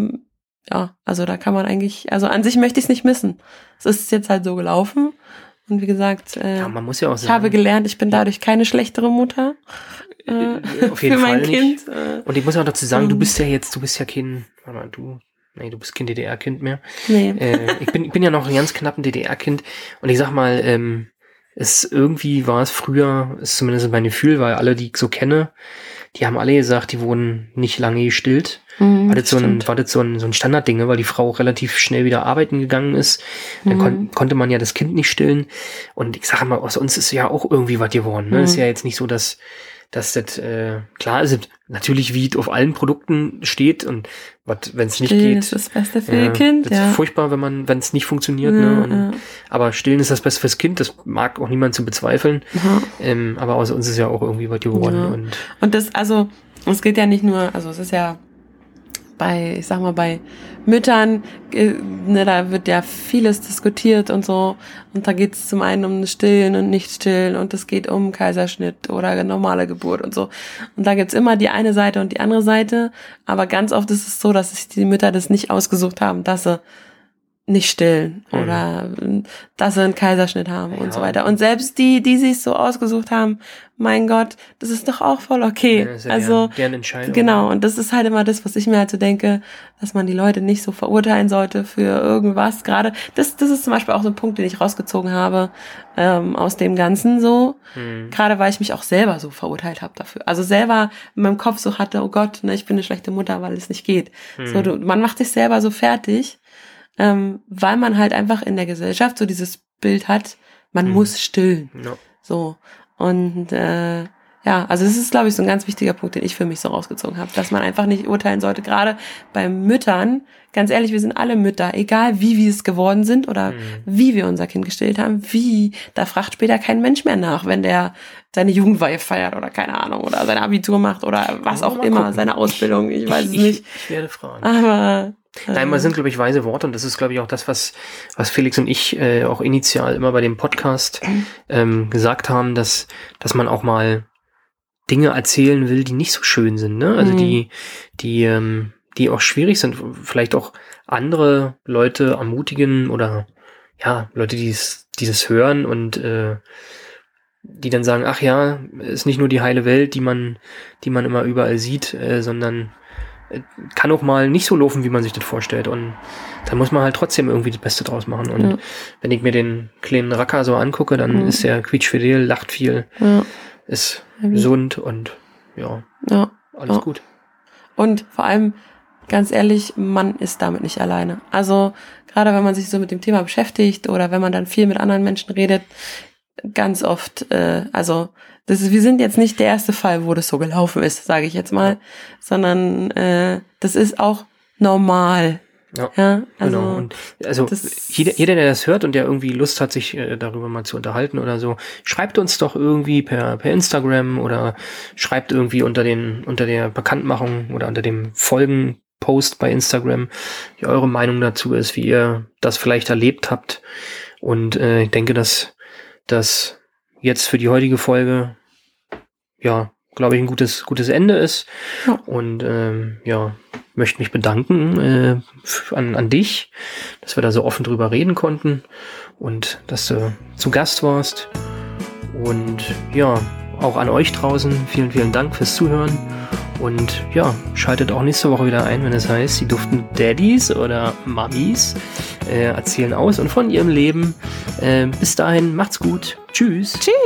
also da kann man eigentlich, also an sich möchte ich es nicht missen. Es ist jetzt halt so gelaufen. Und wie gesagt, man muss ja auch sagen, ich habe gelernt, ich bin dadurch keine schlechtere Mutter auf jeden für Fall mein Kind. Und ich muss auch dazu sagen, du bist ja Kind, du bist kein DDR-Kind mehr. Nee. Ich bin ja noch ein ganz knapp ein DDR-Kind und ich sag mal, irgendwie war es früher, ist zumindest mein Gefühl, weil alle, die ich so kenne, die haben alle gesagt, die wurden nicht lange gestillt. War das so ein Standardding, weil die Frau relativ schnell wieder arbeiten gegangen ist. Dann konnte man ja das Kind nicht stillen. Und ich sage mal, aus uns ist ja auch irgendwie was geworden. Ne? Ist ja jetzt nicht so, dass das klar ist, natürlich wie es auf allen Produkten steht und wenn es nicht geht. Ist das Beste für ihr Kind, das ist furchtbar, wenn es nicht funktioniert. Aber stillen ist das Beste fürs Kind, das mag auch niemand zu bezweifeln. Aber aus uns ist ja auch irgendwie was geworden. Und das, also, es geht ja nicht nur, also es ist ja bei Müttern, da wird ja vieles diskutiert und so. Und da geht es zum einen um Stillen und Nicht-Stillen und es geht um Kaiserschnitt oder normale Geburt und so. Und da gibt's immer die eine Seite und die andere Seite. Aber ganz oft ist es so, dass sich die Mütter das nicht ausgesucht haben, dass sie nicht stillen oder dass sie einen Kaiserschnitt haben und so weiter. Und selbst die sich so ausgesucht haben, mein Gott, das ist doch auch voll okay. Ja, das ist ja also deren Entscheidung. Genau, und das ist halt immer das, was ich mir halt so denke, dass man die Leute nicht so verurteilen sollte für irgendwas. Gerade das ist zum Beispiel auch so ein Punkt, den ich rausgezogen habe aus dem Ganzen so. Gerade weil ich mich auch selber so verurteilt habe dafür. Also selber in meinem Kopf so hatte, oh Gott, ne, ich bin eine schlechte Mutter, weil es nicht geht. So, man macht sich selber so fertig. Weil man halt einfach in der Gesellschaft so dieses Bild hat, man muss stillen. No. So. Und also es ist, glaube ich, so ein ganz wichtiger Punkt, den ich für mich so rausgezogen habe, dass man einfach nicht urteilen sollte. Gerade bei Müttern, ganz ehrlich, wir sind alle Mütter, egal wie wir es geworden sind oder wie wir unser Kind gestillt haben, da fragt später kein Mensch mehr nach, wenn der seine Jugendweihe feiert oder keine Ahnung oder sein Abitur macht oder was auch immer, seine Ausbildung, ich weiß es nicht. Ich werde fragen. Aber Nein, das sind, glaube ich, weise Worte und das ist, glaube ich, auch das, was Felix und ich auch initial immer bei dem Podcast gesagt haben, dass man auch mal Dinge erzählen will, die nicht so schön sind, ne? Also die auch schwierig sind, vielleicht auch andere Leute ermutigen oder Leute, die das hören und die dann sagen, ach ja, ist nicht nur die heile Welt, die man immer überall sieht, sondern kann auch mal nicht so laufen, wie man sich das vorstellt. Und da muss man halt trotzdem irgendwie das Beste draus machen. Und wenn ich mir den kleinen Racker so angucke, dann ist er quietschfidel, lacht viel, ist gesund und alles gut. Und vor allem, ganz ehrlich, man ist damit nicht alleine. Also gerade wenn man sich so mit dem Thema beschäftigt oder wenn man dann viel mit anderen Menschen redet, ganz oft, wir sind jetzt nicht der erste Fall, wo das so gelaufen ist, sage ich jetzt mal, sondern das ist auch normal. Ja, also, genau. Und also jeder, der das hört und der irgendwie Lust hat, sich darüber mal zu unterhalten oder so, schreibt uns doch irgendwie per Instagram oder schreibt irgendwie unter der Bekanntmachung oder unter dem Folgenpost bei Instagram, wie eure Meinung dazu ist, wie ihr das vielleicht erlebt habt. Und ich denke, dass das jetzt für die heutige Folge, glaube ich, ein gutes Ende ist. Ja. Und möchte mich bedanken an dich, dass wir da so offen drüber reden konnten und dass du zu Gast warst. Und auch an euch draußen, vielen, vielen Dank fürs Zuhören. Und schaltet auch nächste Woche wieder ein, wenn es heißt, die duften Daddies oder Mamis erzählen aus und von ihrem Leben. Bis dahin, macht's gut. Tschüss. Tschüss.